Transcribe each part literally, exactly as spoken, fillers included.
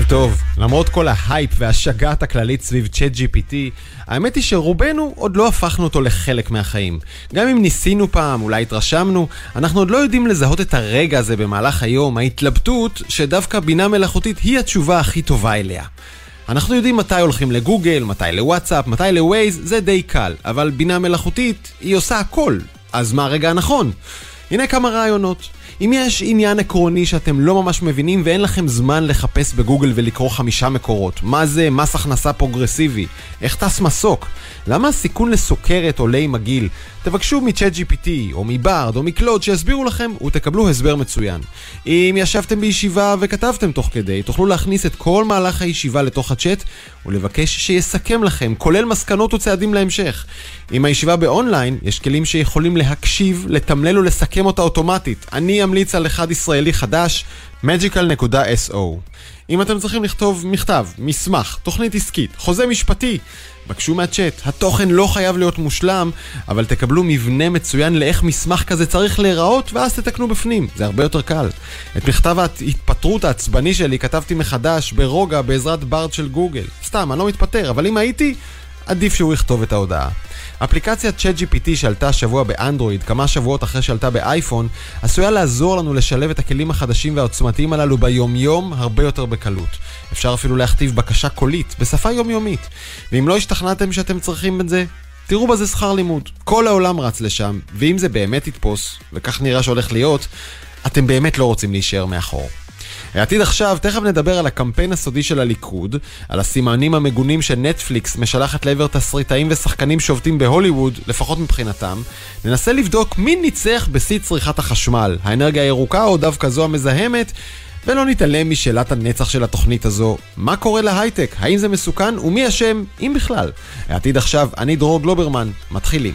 טוב, למרות כל ההייפ והשגעת הכללית סביב צ'אט ג'י פי טי, האמת היא שרובנו עוד לא הפכנו אותו לחלק מהחיים. גם אם ניסינו פעם, אולי התרשמנו, אנחנו עוד לא יודעים לזהות את הרגע הזה במהלך היום, ההתלבטות שדווקא בינה מלאכותית היא התשובה הכי טובה אליה. אנחנו יודעים מתי הולכים לגוגל, מתי לוואטסאפ, מתי לווייז, זה די קל, אבל בינה מלאכותית היא עושה הכל. אז מה הרגע הנכון? הנה כמה רעיונות. אם יש עניין עקרוני שאתם לא ממש מבינים ואין לכם זמן לחפש בגוגל ולקרוא חמישה מקורות, מה זה מס הכנסה פרוגרסיבי? איך טס מסוק? למה הסיכון לסוכרת עולה עם הגיל? תבקשו מצ'אט ג'י פי טי או מברד או מקלוד שיסבירו לכם ותקבלו הסבר מצוין. אם ישבתם בישיבה וכתבתם תוך כדי, תוכלו להכניס את כל מהלך הישיבה לתוך הצ'אט ולבקש שיסכם לכם, כולל מסקנות וצעדים להמשך. אם הישיבה באונליין, יש כלים שיכולים להקשיב, לתמלל ולסכם אותה אוטומטית. אני אמליץ על אחד ישראלי חדש, magical דוט אס או. אם אתם צריכים לכתוב מכתב, מסמך, תוכנית עסקית, חוזה משפטי, בקשו מהצ'אט. התוכן לא חייב להיות מושלם, אבל תקבלו מבנה מצוין לאיך מסמך כזה צריך להיראות, ואז תתקנו בפנים. זה הרבה יותר קל. את מכתב ההתפטרות העצבני שלי כתבתי מחדש ברוגע בעזרת ברד של גוגל. סתם, אני לא מתפטר, אבל אם הייתי, עדיף שהוא יכתוב את ההודעה. אפליקציית צ'אט ג'י פי טי שעלתה השבוע באנדרואיד, כמה שבועות אחרי שעלתה באייפון, עשויה לעזור לנו לשלב את הכלים החדשים והעוצמתיים הללו ביום-יום הרבה יותר בקלות. אפשר אפילו להכתיב בקשה קולית, בשפה יומיומית. ואם לא השתכנעתם שאתם צריכים את זה, תראו בזה שכר לימוד. כל העולם רץ לשם, ואם זה באמת יתפוס, וכך נראה שהולך להיות, אתם באמת לא רוצים להישאר מאחור. העתיד עכשיו, תכף נדבר על הקמפיין הסודי של הליכוד, על הסימנים המגונים שנטפליקס משלחת לעבר תסריטאים ושחקנים שובטים בהוליווד, לפחות מבחינתם. ננסה לבדוק מי ניצח בשיא צריכת החשמל, האנרגיה הירוקה או דווקא זו המזהמת, ולא נתעלם משאלת הנצח של התוכנית הזו. מה קורה להייטק? האם זה מסוכן? ומי אשם? אם בכלל. העתיד עכשיו, אני דרור גלוברמן. מתחילים.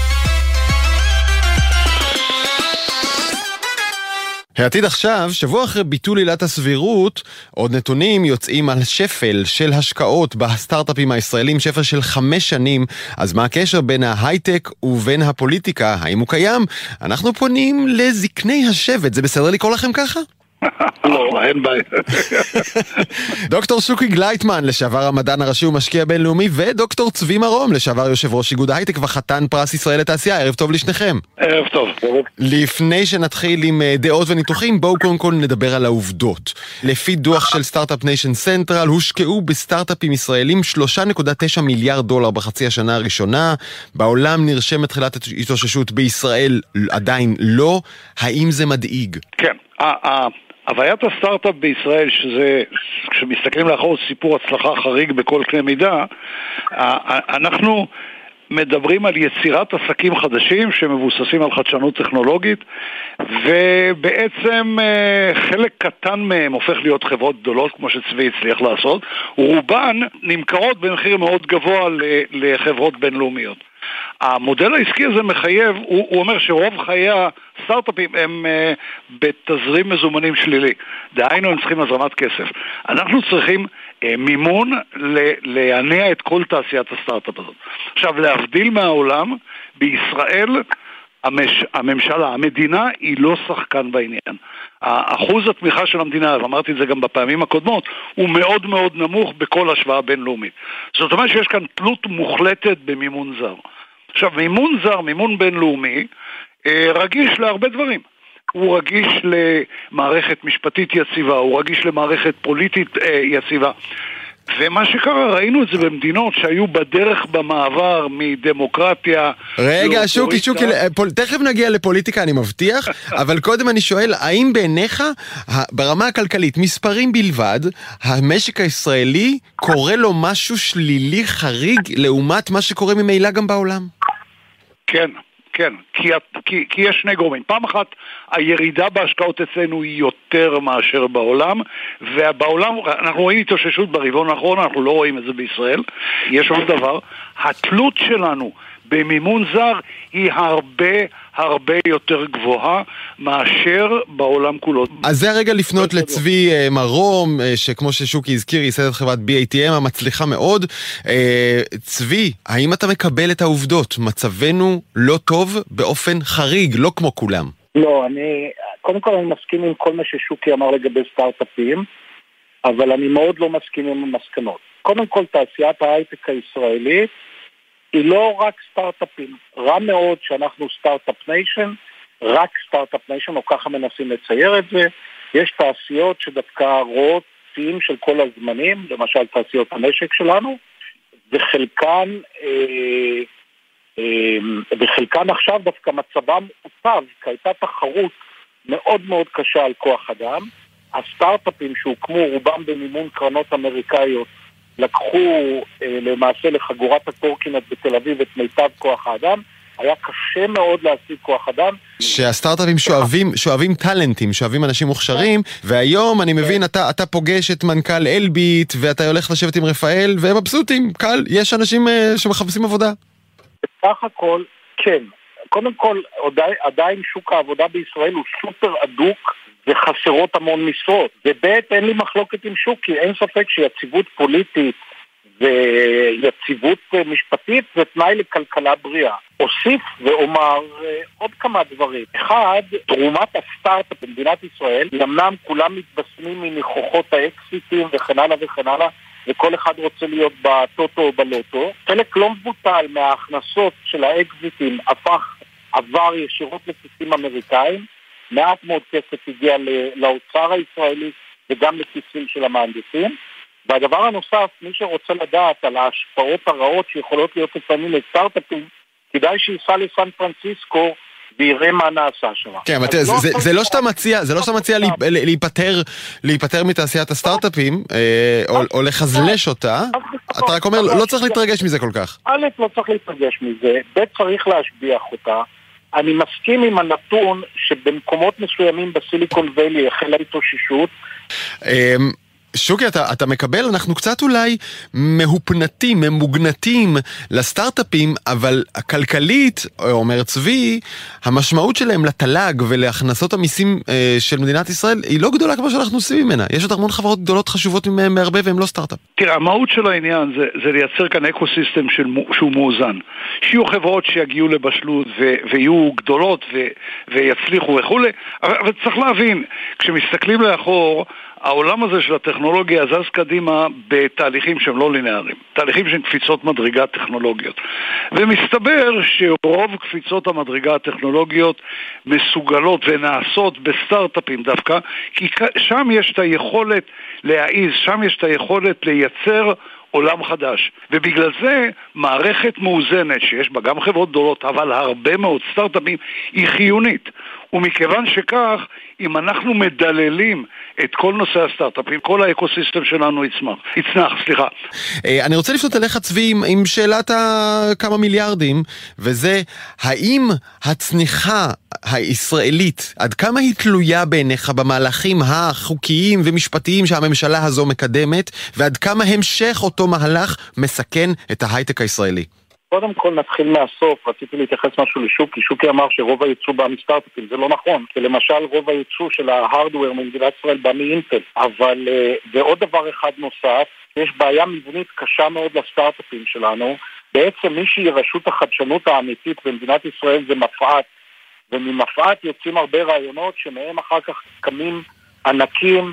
העתיד עכשיו, שבוע אחרי ביטול עילת הסבירות, עוד נתונים יוצאים על שפל של השקעות בסטארט-אפים הישראלים, שפל של חמש שנים. אז מה הקשר בין ההייטק ובין הפוליטיקה? האם הוא קיים? אנחנו פונים לזקני השבט, זה בסדר לקרוא לכם ככה? לא, אין בעיה. דוקטור שוקי גלייטמן, לשעבר המדען הראשי ומשקיע בינלאומי, ודוקטור צבי מרום, לשעבר יושב ראש איגוד ההייטק וחתן פרס ישראל לתעשייה. ערב טוב לשניכם. ערב טוב. לפני שנתחיל עם דעות וניתוחים, בואו קודם כל נדבר על העובדות. לפי דוח של סטארט-אפ ניישן סנטרל, הושקעו בסטארט-אפים ישראלים שלוש נקודה תשע מיליארד דולר בחצי השנה הראשונה. בעולם נרשמת תחילת התאוששות, בישראל עדיין לא. האם זה מדאיג? כן. הוויית הסטארט-אפ בישראל, שזה, כשמסתכלים לאחור, סיפור הצלחה חריג בכל קנה מידה, אנחנו מדברים על יצירת עסקים חדשים שמבוססים על חדשנות טכנולוגית, ובעצם חלק קטן מהם הופך להיות חברות גדולות, כמו שצבי הצליח לעשות, ורובן נמכרות במחיר מאוד גבוה לחברות בינלאומיות. המודל העסקי הזה מחייב, הוא, הוא אומר שרוב חיי הסטארט-אפים הם uh, בתזרים מזומנים שלילי. דהיינו, הם צריכים הזרמת כסף. אנחנו צריכים uh, מימון ל- להניע את כל תעשיית הסטארט-אפ הזאת. עכשיו, להבדיל מהעולם, בישראל המש, הממשלה, המדינה היא לא שחקן בעניין. האחוז התמיכה של המדינה, ואמרתי את זה גם בפעמים הקודמות, הוא מאוד מאוד נמוך בכל השוואה בינלאומית. זאת אומרת שיש כאן תלות מוחלטת במימון זר. עכשיו, מימון זר, מימון בינלאומי, רגיש להרבה דברים. הוא רגיש למערכת משפטית יציבה, הוא רגיש למערכת פוליטית יציבה. ומה שקרה, ראינו את זה במדינות שהיו בדרך במעבר מדמוקרטיה. רגע, שוקי, שוקי, תכף נגיע לפוליטיקה, אני מבטיח, אבל קודם אני שואל, האם בעיניך, ברמה הכלכלית, מספרים בלבד, המשק הישראלי קורא לו משהו שלילי חריג לעומת מה שקורה ממילא גם בעולם? כן. כן, כי, כי, כי יש שני גורמים. פעם אחת, הירידה בהשקעות אצלנו היא יותר מאשר בעולם, ובעולם, אנחנו רואים התאוששות ברבעון האחרון, אנחנו לא רואים את זה בישראל. יש עוד דבר, התלות שלנו במימון זר היא הרבה הרבה יותר גבוהה מאשר בעולם כולו. אז זה הרגע לפנות לצבי מרום, שכמו ששוקי הזכיר, ייסד את חברת בי איי טי אם המצליחה מאוד. צבי, האם אתה מקבל את העובדות? מצבנו לא טוב באופן חריג, לא כמו כולם. לא, אני, קודם כל אני מסכים עם כל מה ששוקי אמר לגבי סטארט-אפים. אבל אני מאוד לא מסכים עם המסקנות. קודם כל, תעשיית ההייטק הישראלית היא לא רק סטארט-אפים. רע מאוד שאנחנו סטארט-אפ ניישן, רק סטארט-אפ ניישן, או ככה מנסים לצייר את זה. יש תעשיות שדווקא רואות ציים של כל הזמנים, למשל תעשיות הנשק שלנו, וחלקן, אה, אה, וחלקן עכשיו דווקא מצבם הוטב, כי הייתה תחרות מאוד מאוד קשה על כוח אדם. הסטארט-אפים שהוקמו רובם במימון קרנות אמריקאיות, לקחו אה, למעשה לחגורת הקורקינט בתל אביב את מיטב כוח האדם, היה קשה מאוד להשיג כוח אדם. שהסטארט-אפים שואבים, שואבים טלנטים, שואבים אנשים מוכשרים, והיום אני מבין, אתה, אתה פוגש את מנכ"ל אלביט, ואתה הולך לשבת עם רפאל, והם מבסוטים, קל, יש אנשים שמחפשים עבודה. בסך הכל, כן. קודם כל, עדיין שוק העבודה בישראל הוא סופר אדוק, וחסרות המון משרות. ובית, אין לי מחלוקת עם שוק, כי אין ספק שיציבות פוליטית ויציבות משפטית זה תנאי לכלכלה בריאה. אוסיף ואומר עוד כמה דברים. אחד, תרומת הסטארט-אפ במדינת ישראל, אמנם כולם מתבשמים מניחוחות האקסיטים וכן הלאה וכן הלאה, וכל אחד רוצה להיות בטוטו או בלוטו. חלק לא מבוטל מההכנסות של האקזיטים הפך עבר ישירות לכיסים אמריקאים, מעט מאוד כסף הגיע לאוצר הישראלי וגם לכיסים של המהנדסים. והדבר הנוסף, מי שרוצה לדעת על ההשפעות הרעות שיכולות להיות לפעמים לסטארט-אפים, כדאי שייסע לסן פרנסיסקו ויראה מה נעשה שם. כן, אבל תראה, זה לא שאתה מציע, זה לא שאתה מציע להיפטר מתעשיית הסטארט-אפים, או לחזלש אותה, אתה רק אומר, לא צריך להתרגש מזה כל כך. א', לא צריך להתרגש מזה, ב', צריך להשביח אותה. אני מסכים עם הנתון שבמקומות מסוימים בסיליקון ואלי החלה התאוששות. שוקי, אתה, אתה מקבל, אנחנו קצת אולי מהופנתים, ממוגנתים לסטארט-אפים, אבל הכלכלית, אומר צבי, המשמעות שלהם לתל"ג ולהכנסות המיסים אה, של מדינת ישראל היא לא גדולה כמו שאנחנו עושים ממנה. יש עוד המון חברות גדולות חשובות מהרבה והם לא סטארט-אפ. תראה, המהות של העניין זה, זה לייצר כאן אקוסיסטם של, שהוא מאוזן. שיהיו חברות שיגיעו לבשלות ו, ויהיו גדולות ו, ויצליחו וכו'. אבל, אבל צריך להבין, כשמסתכלים לאחור, העולם הזה של הטכנולוגיה זז קדימה בתהליכים שהם לא לינאריים, תהליכים שהם קפיצות מדרגה טכנולוגיות. ומסתבר שרוב קפיצות המדרגה הטכנולוגיות מסוגלות ונעשות בסטארט-אפים דווקא, כי שם יש את היכולת להעיז, שם יש את היכולת לייצר עולם חדש. ובגלל זה מערכת מאוזנת שיש בה גם חברות גדולות אבל הרבה מאוד סטארט-אפים היא חיונית. ומכיוון שכך, אם אנחנו מדללים את כל נושא הסטארט-אפים, כל האקוסיסטם שלנו יצמח, יצנח, סליחה. אני רוצה לפנות אליך צבי עם, עם שאלת כמה מיליארדים, וזה, האם הצניחה הישראלית, עד כמה היא תלויה בעיניך במהלכים החוקיים ומשפטיים שהממשלה הזו מקדמת, ועד כמה המשך אותו מהלך מסכן את ההייטק הישראלי? קודם כל נתחיל מהסוף, רציתי להתייחס משהו לשוקי, שוקי אמר שרוב הייצוא בא מסטארט-אפים, זה לא נכון, כי למשל רוב הייצוא של ההארדוור ממדינת ישראל בא מאינטל, אבל, ועוד דבר אחד נוסף, יש בעיה מבנית קשה מאוד לסטארט-אפים שלנו, בעצם מי שהיא רשות החדשנות האמיתית במדינת ישראל זה מפעת, וממפעת יוצאים הרבה רעיונות שמהם אחר כך קמים ענקים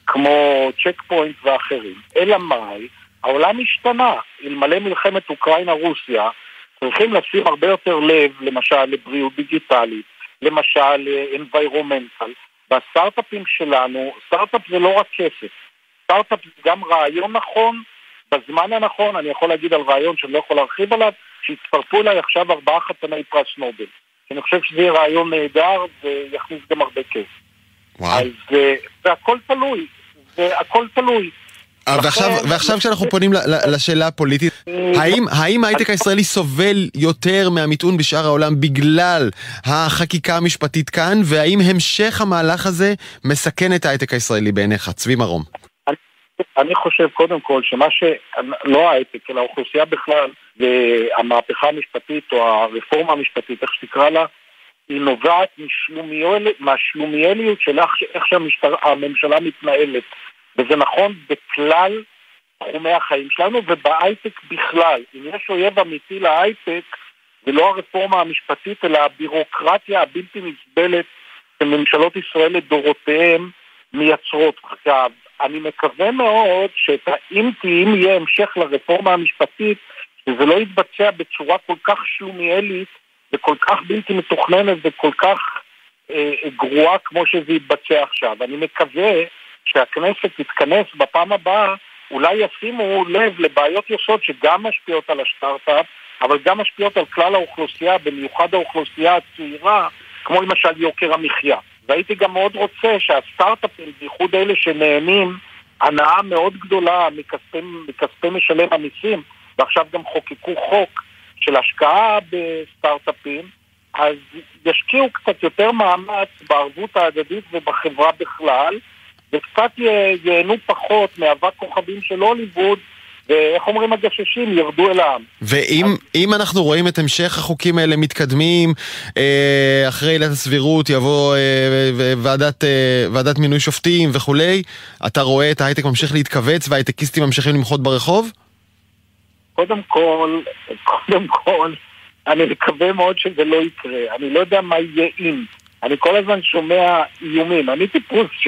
כמו צ'ק פוינט ואחרים, אלא מאי, העולם השתנה, אלמלא מלחמת אוקראינה-רוסיה, צריכים לשים הרבה יותר לב, למשל לבריאות דיגיטלית, למשל environmental. בסטארט-אפים שלנו, סטארט-אפ זה לא רק כסף, סטארט-אפ זה גם רעיון נכון, בזמן הנכון, אני יכול להגיד על רעיון שאני לא יכול להרחיב עליו, שהצטרפו אליי עכשיו ארבעה חתני פרס נובל. אני חושב שזה יהיה רעיון נהדר ויכניס גם הרבה כסף. וואו. אז זה הכל תלוי, זה הכל תלוי. ועכשיו, ועכשיו כשאנחנו פונים לשאלה הפוליטית, האם, האם ההייטק הישראלי סובל יותר מהמיתון בשאר העולם בגלל החקיקה המשפטית כאן, והאם המשך המהלך הזה מסכן את ההייטק הישראלי בעיניך? צבי מרום. אני, אני חושב קודם כל שמה שלא ההייטק, אלא האוכלוסייה בכלל, והמהפכה המשפטית או הרפורמה המשפטית, איך שתקרא לה, היא נובעת מהשלומיאליות של איך שהממשלה מתנהלת. וזה נכון בכלל תחומי החיים שלנו ובהייטק בכלל. אם יש אויב אמיתי להייטק, זה לא הרפורמה המשפטית, אלא הבירוקרטיה הבלתי נסבלת שממשלות ישראל לדורותיהם מייצרות. עכשיו, אני מקווה מאוד שאם יהיה המשך לרפורמה המשפטית, שזה לא יתבצע בצורה כל כך שלומיאלית, וכל כך בלתי מתוכננת, וכל כך אה, גרועה כמו שזה יתבצע עכשיו. אני מקווה שהכנסת תתכנס בפעם הבאה, אולי ישימו לב לבעיות יסוד שגם משפיעות על הסטארט-אפ, אבל גם משפיעות על כלל האוכלוסייה, במיוחד האוכלוסייה הצעירה, כמו למשל יוקר המחיה. והייתי גם מאוד רוצה שהסטארט-אפים, בייחוד אלה שנהנים, הנאה מאוד גדולה מכספי, מכספי משלם המיסים, ועכשיו גם חוקקו חוק של השקעה בסטארט-אפים, אז ישקיעו קצת יותר מאמץ בערבות ההדדית ובחברה בכלל, וקצת ייהנו פחות מאבק כוכבים של הוליווד, ואיך אומרים הגששים, ירדו אל העם. ואם אז... אם אנחנו רואים את המשך החוקים האלה מתקדמים, אחרי עילת הסבירות יבוא ועדת, ועדת מינוי שופטים וכולי, אתה רואה את ההייטק ממשיך להתכווץ וההייטקיסטים ממשיכים למחות ברחוב? קודם כל, קודם כל, אני מקווה מאוד שזה לא יקרה. אני לא יודע מה יהיה אם. אני כל הזמן שומע איומים. אני טיפוס ש...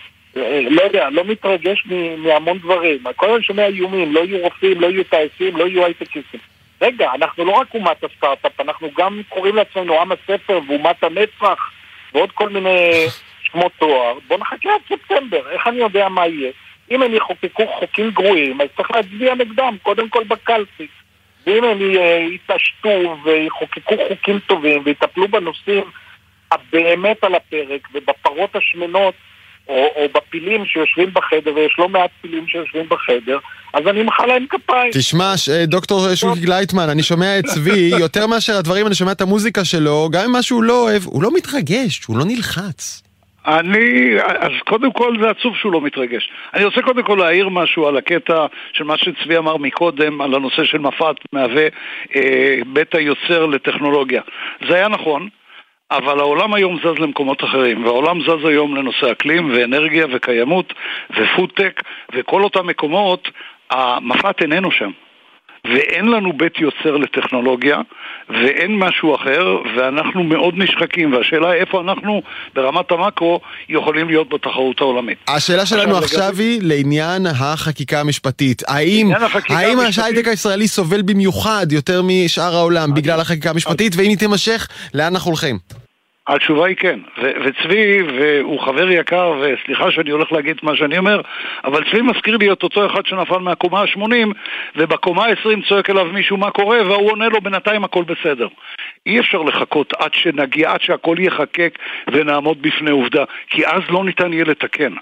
לא יודע, לא מתרגש מהמון דברים. כל הזמן שומע איומים, לא יהיו רופאים, לא יהיו טייסים, לא יהיו הייטקיסטים. רגע, אנחנו לא רק אומת הסטארט-אפ, אנחנו גם קוראים לעצמנו עם הספר ואומת הנצח ועוד כל מיני שמות תואר. בוא נחכה עד ספטמבר, איך אני יודע מה יהיה? אם הם יחוקקו חוקים גרועים, אז צריך להצביע נגדם, קודם כל בקלפי. ואם הם יתעשתו ויחוקקו חוקים טובים ויטפלו בנושאים הבאמת על הפרק ובפרות השמנות, או, או בפילים שיושבים בחדר, ויש לא מעט פילים שיושבים בחדר, אז אני מחא להם כפיים. תשמע, דוקטור שוקי גלייטמן, אני שומע את צבי, יותר מאשר הדברים, אני שומע את המוזיקה שלו, גם אם משהו לא אוהב, הוא לא מתרגש, הוא לא נלחץ. אני, אז קודם כל זה עצוב שהוא לא מתרגש. אני רוצה קודם כל להעיר משהו על הקטע של מה שצבי אמר מקודם, על הנושא של מפת מהווה אה, בית היוצר לטכנולוגיה. זה היה נכון, אבל העולם היום זז למקומות אחרים, והעולם זז היום לנושא אקלים ואנרגיה וקיימות ופודטק, וכל אותם מקומות, המפת איננו שם. ואין לנו בית יוצר לטכנולוגיה, ואין משהו אחר, ואנחנו מאוד נשחקים, והשאלה היא איפה אנחנו ברמת המקרו יכולים להיות בתחרות העולמית. השאלה שלנו עכשיו היא לעניין החקיקה המשפטית. האם ההייטק הישראלי סובל במיוחד יותר משאר העולם בגלל החקיקה המשפטית, ואם היא תימשך, לאן אנחנו הולכים? התשובה היא כן, ו- וצבי, והוא חבר יקר, וסליחה שאני הולך להגיד מה שאני אומר, אבל צבי מזכיר לי את אותו אחד שנפל מהקומה ה-שמונים, ובקומה ה-עשרים צועק אליו מישהו מה קורה, והוא עונה לו בינתיים הכל בסדר. אי אפשר לחכות עד שנגיע, עד שהכל יחקק ונעמוד בפני עובדה, כי אז לא ניתן יהיה לתקן.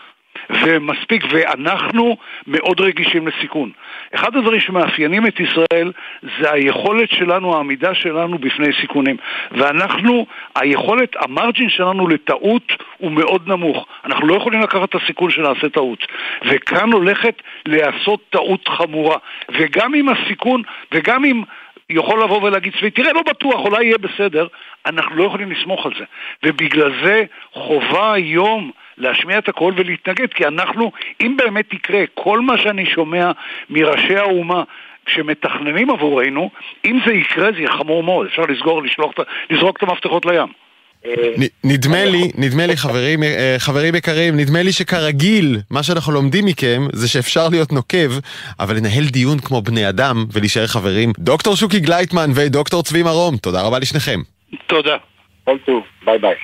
ומספיק, ואנחנו מאוד רגישים לסיכון. אחד הדברים שמאפיינים את ישראל זה היכולת שלנו, העמידה שלנו בפני סיכונים. ואנחנו, היכולת, המרג'ין שלנו לטעות הוא מאוד נמוך. אנחנו לא יכולים לקחת את הסיכון שנעשה טעות. וכאן הולכת לעשות טעות חמורה. וגם עם הסיכון, וגם עם... יכול לבוא ולהגיד צבי, תראה, לא בטוח, אולי יהיה בסדר, אנחנו לא יכולים לסמוך על זה. ובגלל זה חובה היום להשמיע את הכל ולהתנגד, כי אנחנו, אם באמת יקרה כל מה שאני שומע מראשי האומה, כשמתכננים עבורנו, אם זה יקרה זה יהיה חמור מאוד, אפשר לסגור, לשלוח, לזרוק את המפתחות לים. נדמה לי, נדמה לי חברים, חברים יקרים, נדמה לי שכרגיל מה שאנחנו לומדים מכם זה שאפשר להיות נוקב, אבל לנהל דיון כמו בני אדם ולהישאר חברים. דוקטור שוקי גלייטמן ודוקטור צבי מרום, תודה רבה לשניכם. תודה. כל טוב, ביי ביי.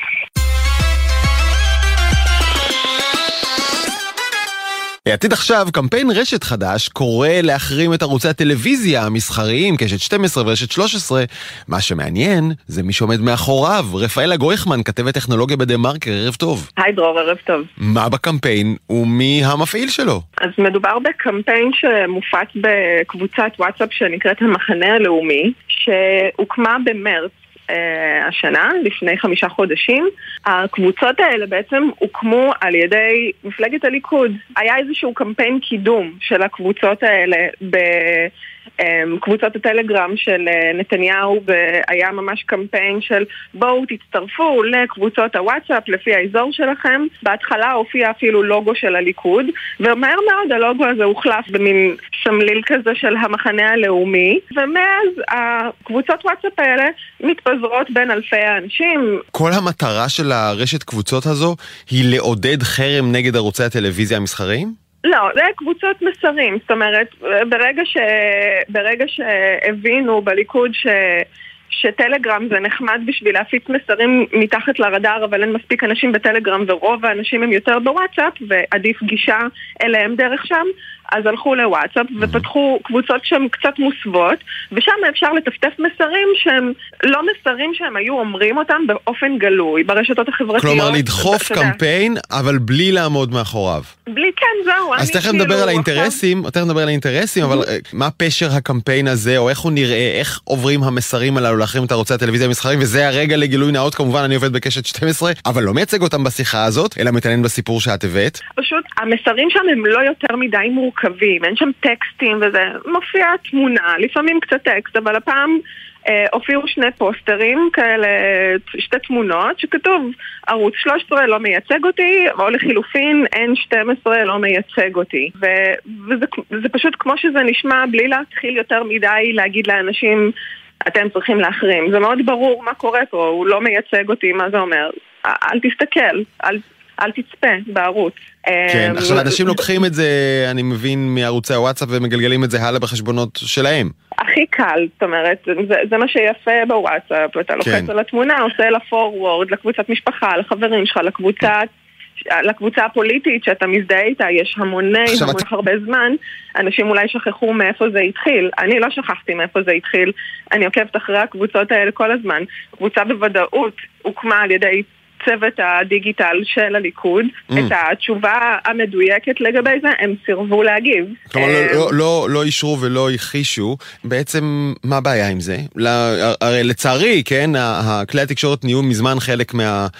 עתיד עכשיו, קמפיין רשת חדש קורא להחרים את ערוצי הטלוויזיה המסחריים, קשת שתים עשרה ורשת שלוש עשרה. מה שמעניין זה מי שעומד מאחוריו. רפאלה גויכמן, כתבת טכנולוגיה בדה-מרקר, ערב טוב. היי דרור, ערב טוב. מה בקמפיין ומי המפעיל שלו? אז מדובר בקמפיין שמופץ בקבוצת וואטסאפ שנקראת המחנה הלאומי, שהוקמה במרץ השנה, לפני חמישה חודשים. הקבוצות האלה בעצם הוקמו על ידי מפלגת הליכוד. היה איזשהו קמפיין קידום של הקבוצות האלה קבוצות הטלגרם של נתניהו היה ממש קמפיין של בואו תצטרפו לקבוצות הוואטסאפ לפי האזור שלכם. בהתחלה הופיע אפילו לוגו של הליכוד, ומהר מאוד הלוגו הזה הוחלף במין סמליל כזה של המחנה הלאומי, ומאז הקבוצות וואטסאפ האלה מתפזרות בין אלפי האנשים. כל המטרה של הרשת קבוצות הזו היא לעודד חרם נגד ערוצי הטלוויזיה המסחריים? לא, זה קבוצות מסרים. זאת אומרת, ברגע ש... ברגע שהבינו בליכוד ש... שטלגרם זה נחמד בשביל להפיץ מסרים מתחת לרדאר, אבל אין מספיק אנשים בטלגרם ורוב האנשים הם יותר בוואטסאפ ועדיף גישה אליהם דרך שם, אז הלכו לוואטסאפ ופתחו קבוצות שהן קצת מוסוות, ושם אפשר לטפטף מסרים שהם לא מסרים שהם היו אומרים אותם באופן גלוי ברשתות החברתיות. כלומר לדחוף קמפיין אבל בלי לעמוד מאחוריו. בלי, כן, זהו. אז תכף נדבר על האינטרסים, תכף נדבר על האינטרסים, אבל מה פשר הקמפיין הזה, או איך הוא נראה, איך עוברים המסרים הללו לאחרים את ערוצי הטלוויזיה המסחריים, וזה הרגע לגילוי נאות, כמובן אני עובד בקשת שתים עשרה, אבל לא מייצג אותם בשיחה הזאת, אלא מתעניין בסיפור שאת הבאת. פשוט המסרים שם הם לא יותר מדי מורכבים, אין שם טקסטים וזה, מופיע תמונה, לפעמים קצת טקסט, אבל הפעם אה, הופיעו שני פוסטרים כאלה, שתי תמונות שכתוב ערוץ שלוש עשרה לא מייצג אותי, או לחילופין אן שתים עשרה לא מייצג אותי, ו, וזה זה פשוט כמו שזה נשמע, בלי להתחיל יותר מדי להגיד לאנשים אתם צריכים להחרים. זה מאוד ברור מה קורה פה, הוא לא מייצג אותי, מה זה אומר? אל תסתכל, אל, אל תצפה בערוץ. כן, עכשיו אנשים לוקחים את זה, אני מבין, מערוצי הוואטסאפ ומגלגלים את זה הלאה בחשבונות שלהם. הכי קל, זאת אומרת, זה, זה מה שיפה בוואטסאפ, אתה לוחץ כן. על התמונה, עושה לה פורוורד, לקבוצת משפחה, לחברים שלך, לקבוצת... לקבוצה הפוליטית שאתה מזדהה איתה, יש המוני, המון את... הרבה זמן, אנשים אולי שכחו מאיפה זה התחיל. אני לא שכחתי מאיפה זה התחיל, אני עוקבת אחרי הקבוצות האלה כל הזמן. קבוצה בוודאות הוקמה על ידי צוות הדיגיטל של הליכוד, mm. את התשובה המדויקת לגבי זה, הם סירבו להגיב. כלומר, לא, לא, לא, לא אישרו ולא הכחישו. בעצם, מה הבעיה עם זה? הרי לצערי, כן, הכלי התקשורת נהיו מזמן חלק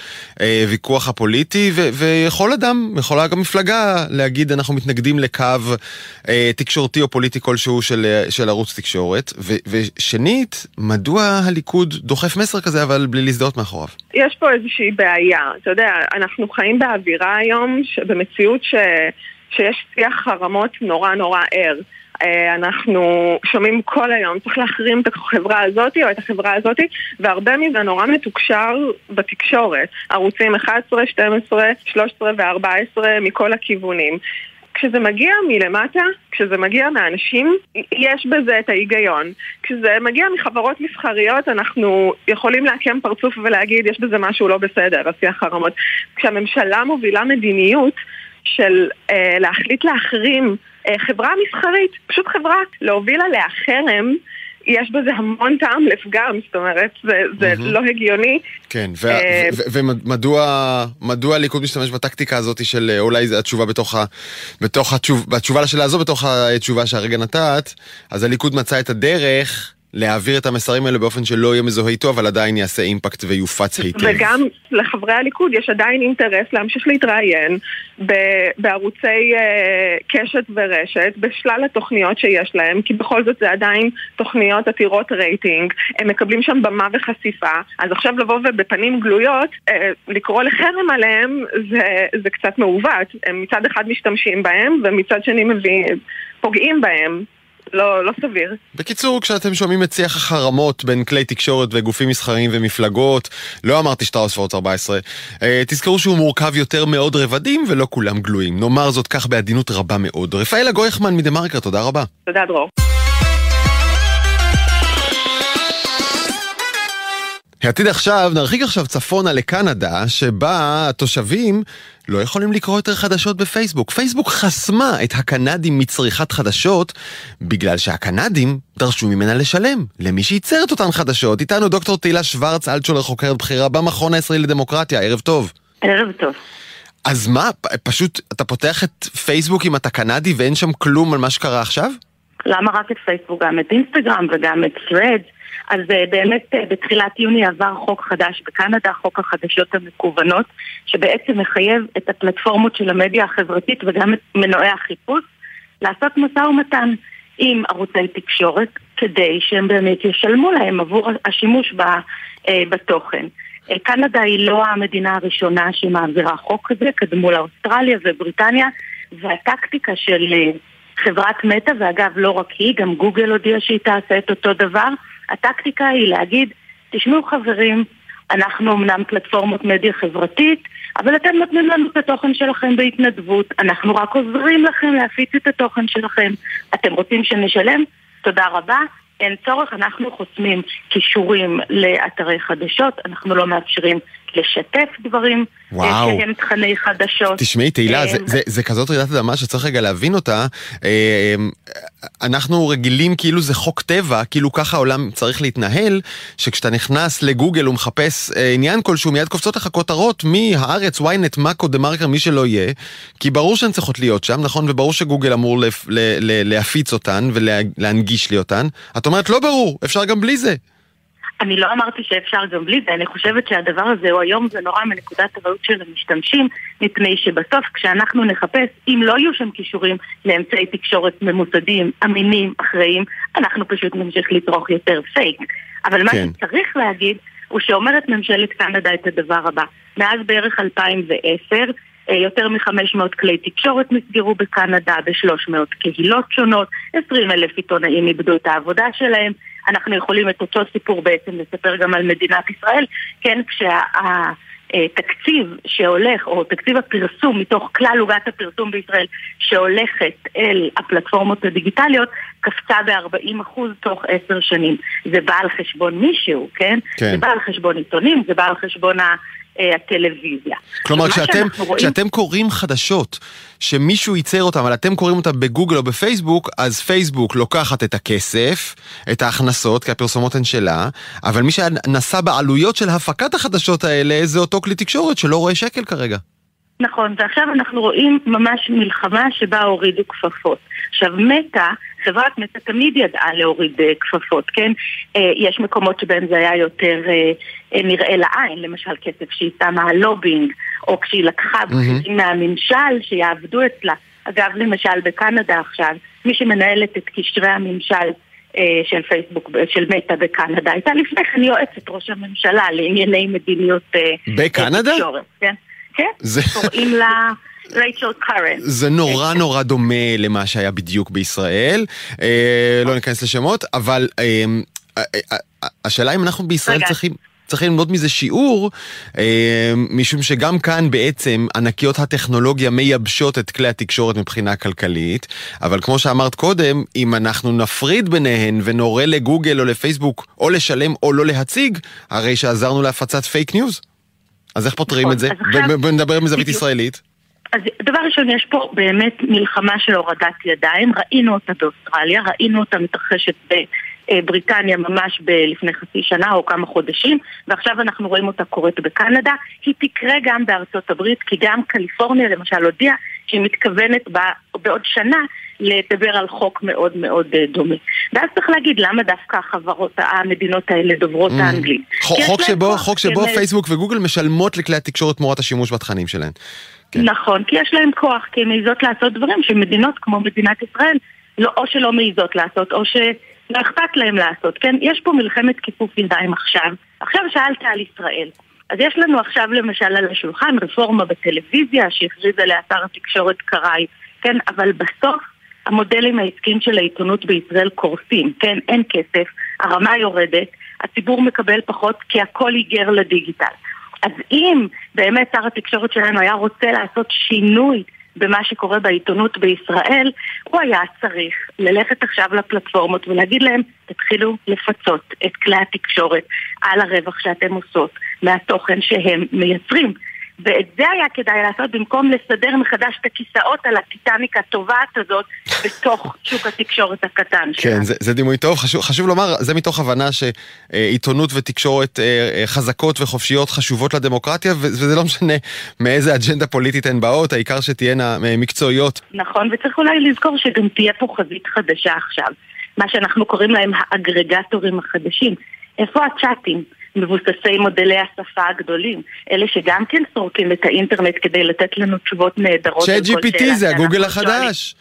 מהוויכוח הפוליטי, ו- ויכול אדם, יכולה גם מפלגה להגיד, אנחנו מתנגדים לקו תקשורתי או פוליטי כלשהו של, של ערוץ תקשורת. ו- ושנית, מדוע הליכוד דוחף מסר כזה, אבל בלי להזדהות מאחוריו? יש פה איזושהי בעיה. אתה יודע, אנחנו חיים באווירה היום, במציאות ש, שיש שיח חרמות נורא נורא ער. אנחנו שומעים כל היום, צריך להחרים את החברה הזאת או את החברה הזאת, והרבה מזה נורא מתוקשר בתקשורת. ערוצים אחת עשרה, שתים עשרה, שלוש עשרה ו-ארבע עשרה מכל הכיוונים. כשזה מגיע מלמטה, כשזה מגיע מהאנשים, יש בזה את ההיגיון. כשזה מגיע מחברות מסחריות, אנחנו יכולים להקם פרצוף ולהגיד, יש בזה משהו לא בסדר, השיח חרמות. כשהממשלה מובילה מדיניות של אה, להחליט להחרים אה, חברה מסחרית, פשוט חברה, להוביל עליה חרם, יש בזה המון טעם לפגם, זאת אומרת, זה, זה mm-hmm. לא הגיוני. כן, ומדוע הליכוד משתמש בטקטיקה הזאת של אולי זה התשובה בתוך ה... בתוך התשוב, בתשובה לשאלה הזו, בתוך התשובה שהרגע נתת, אז הליכוד מצא את הדרך להעביר את המסרים האלה באופן שלא יהיה מזוהה איתו, אבל עדיין יעשה אימפקט ויופץ היטב. וגם לחברי הליכוד יש עדיין אינטרס להמשיך להתראיין בערוצי קשת ורשת, בשלל התוכניות שיש להם, כי בכל זאת זה עדיין תוכניות עתירות רייטינג, הם מקבלים שם במה וחשיפה, אז עכשיו לבוא ובפנים גלויות, לקרוא לחרם עליהם, זה, זה קצת מעוות. הם מצד אחד משתמשים בהם, ומצד שני מביאים, פוגעים בהם. לא, לא סביר. בקיצור, כשאתם שומעים את שיח החרמות בין כלי תקשורת וגופים מסחריים ומפלגות, לא אמרתי שטראוס פורץ ארבע עשרה, תזכרו שהוא מורכב יותר מאוד רבדים ולא כולם גלויים. נאמר זאת כך בעדינות רבה מאוד. רפאלה גויכמן מדמרקר, תודה רבה. תודה דרור. העתיד עכשיו, נרחיק עכשיו צפונה לקנדה, שבה התושבים לא יכולים לקרוא יותר חדשות בפייסבוק. פייסבוק חסמה את הקנדים מצריכת חדשות, בגלל שהקנדים דרשו ממנה לשלם למי שייצר את אותן חדשות. איתנו דוקטור תהילה שוורץ, אלטשולר, חוקרת בכירה במכון הישראלי לדמוקרטיה. ערב טוב. ערב טוב. אז מה, פשוט אתה פותח את פייסבוק אם אתה קנדי ואין שם כלום על מה שקרה עכשיו? למה רק את פייסבוק? גם את אינסטגרם וגם את Threads. אז באמת בתחילת יוני עבר חוק חדש בקנדה, חוק החדשות המקוונות, שבעצם מחייב את הפלטפורמות של המדיה החברתית וגם את מנועי החיפוש לעשות משא ומתן עם ערוצי תקשורת, כדי שהם באמת ישלמו להם עבור השימוש בתוכן. קנדה היא לא המדינה הראשונה שמעבירה חוק כזה, קדמו לאוסטרליה ובריטניה, והטקטיקה של חברת מטא, ואגב לא רק היא, גם גוגל הודיע שהיא תעשה את אותו דבר, הטקטיקה היא להגיד, תשמעו חברים, אנחנו אמנם פלטפורמות מדיה חברתית, אבל אתם נותנים לנו את התוכן שלכם בהתנדבות, אנחנו רק עוזרים לכם להפיץ את התוכן שלכם, אתם רוצים שנשלם? תודה רבה. אין צורך, אנחנו חוסמים קישורים לאתרי חדשות, אנחנו לא מאפשרים לשתף דברים שהם תכני חדשות. תשמעי, תהילה, זה, זה, זה כזאת רעידת אדמה שצריך רגע להבין אותה. אנחנו רגילים כאילו זה חוק טבע, כאילו ככה העולם צריך להתנהל, שכשאתה נכנס לגוגל ומחפש עניין כלשהו, מיד קופצות לך כותרות מהארץ, וויינט, מאקו, דה מרקר, מי שלא יהיה, כי ברור שהן צריכות להיות שם, נכון? וברור שגוגל אמור לפ, ל, ל, להפיץ אותן ולהנגיש לי אותן. את אומרת, לא ברור, אפשר גם בלי זה. אני לא אמרתי שאפשר גם בלי זה, אני חושבת שהדבר הזה, או היום זה נורא מנקודת הראות של המשתמשים, מפני שבסוף כשאנחנו נחפש, אם לא יהיו שם קישורים לאמצעי תקשורת ממוסדים, אמינים, אחראים, אנחנו פשוט נמשיך לצרוך יותר פייק. אבל מה שצריך להגיד, הוא שאומרת ממשלת קנדה את הדבר הבא. מאז בערך אלפיים ועשר, יותר מ-חמש מאות כלי תקשורת נסגרו בקנדה, ב-שלוש מאות קהילות שונות, עשרים אלף עיתונאים איבדו את העבודה שלהם, אנחנו יכולים את אותו סיפור בעצם לספר גם על מדינת ישראל, כן, כשהתקציב שהולך, או תקציב הפרסום מתוך כלל עוגת הפרסום בישראל, שהולכת אל הפלטפורמות הדיגיטליות, קפצה ב-ארבעים אחוז תוך עשר שנים. זה בא על חשבון מישהו, כן? כן. זה בא על חשבון עיתונים, זה בא על חשבון ה... הטלוויזיה. כלומר, כשאתם, כשאתם קוראים חדשות שמישהו ייצר אותם, אבל אתם קוראים אותם בגוגל או בפייסבוק, אז פייסבוק לוקחת את הכסף, את ההכנסות, כי הפרסומות הן שלה, אבל מי שנסע בעלויות של הפקת החדשות האלה, זה אותו כלי תקשורת שלא רואה שקל כרגע. נכון, ועכשיו אנחנו רואים ממש מלחמה שבה הורידו כפפות. עכשיו, מטא, חברת מטא תמיד ידעה להוריד כפפות, כן? יש מקומות שבהם זה היה יותר נראה לעין, למשל כסף שהיא שמה הלובינג, או כשהיא לקחה בכירים מהממשל שיעבדו אצלה. אגב, למשל בקנדה עכשיו, מי שמנהלת את קשרי הממשל של פייסבוק, של מטא בקנדה, הייתה לפני כן יועצת ראש הממשלה לענייני מדיניות בקנדה? כן? כן? קוראים לה... רייצ'ל קארן. זה נורא נורא דומה למה שהיה בדיוק בישראל, לא ניכנס לשמות, אבל השאלה אם אנחנו בישראל צריכים צריכים ללמוד מזה שיעור, משום שגם כאן בעצם ענקיות הטכנולוגיה מייבשות את כלי התקשורת מבחינה כלכלית, אבל כמו שאמרת קודם, אם אנחנו נפריד ביניהן ונורא לגוגל או לפייסבוק או לשלם או לא להציג, הרי שעזרנו להפצת פייק ניוז. אז איך פותרים את זה? ונדבר מזווית ישראלית. אז דבר ראשון, יש פה באמת מלחמה של הורדת ידיים, ראינו אותה באוסטרליה, ראינו אותה מתרחשת בבריטניה ממש לפני חצי שנה או כמה חודשים, ועכשיו אנחנו רואים אותה קורית בקנדה, היא תקרה גם בארצות הברית, כי גם קליפורניה למשל הודיעה שהיא מתכוונת בעוד שנה לדבר על חוק מאוד מאוד דומה. ואז צריך להגיד למה דווקא החברות, המדינות האלה דוברות האנגלית. חוק שבו פייסבוק וגוגל משלמות לכלי התקשורת תמורת השימוש בתכנים שלהן. כן. נכון, כי יש להם כוח, כי הן מעיזות לעשות דברים שמדינות כמו מדינת ישראל, לא, או שלא מעיזות לעשות, או שלא אכפת להם לעשות, כן? יש פה מלחמת כיפוף ידיים עכשיו. עכשיו שאלת על ישראל. אז יש לנו עכשיו למשל על השולחן רפורמה בטלוויזיה, שהכריז עליה שר התקשורת קראי, כן? אבל בסוף המודלים העסקיים של העיתונות בישראל קורסים, כן? אין כסף, הרמה יורדת, הציבור מקבל פחות, כי הכל ייגר לדיגיטל. אז אם באמת שר התקשורת שלנו היה רוצה לעשות שינוי במה שקורה בעיתונות בישראל, הוא היה צריך ללכת עכשיו לפלטפורמות ולהגיד להם, תתחילו לפצות את כלי התקשורת על הרווח שאתם עושות מהתוכן שהם מייצרים. ואת זה היה כדאי לעשות במקום לסדר מחדש את הכיסאות על הטיטניק הטובעת הזאת בתוך שוק התקשורת הקטן שלנו. כן, זה, זה דימוי טוב. חשוב, חשוב לומר, זה מתוך הבנה שעיתונות ותקשורת חזקות וחופשיות חשובות לדמוקרטיה, וזה לא משנה מאיזה אג'נדה פוליטית הן באות, העיקר שתהיינה מקצועיות. נכון, וצריך אולי לזכור שגם תהיה פה חזית חדשה עכשיו, מה שאנחנו קוראים להם האגרגטורים החדשים. איפה הצ'אטים? מבוססי מודלי השפה הגדולים, אלה שגם כן סורקים את האינטרנט כדי לתת לנו תשובות נהדרות. צ'אט ג'י פי טי זה הגוגל החדש.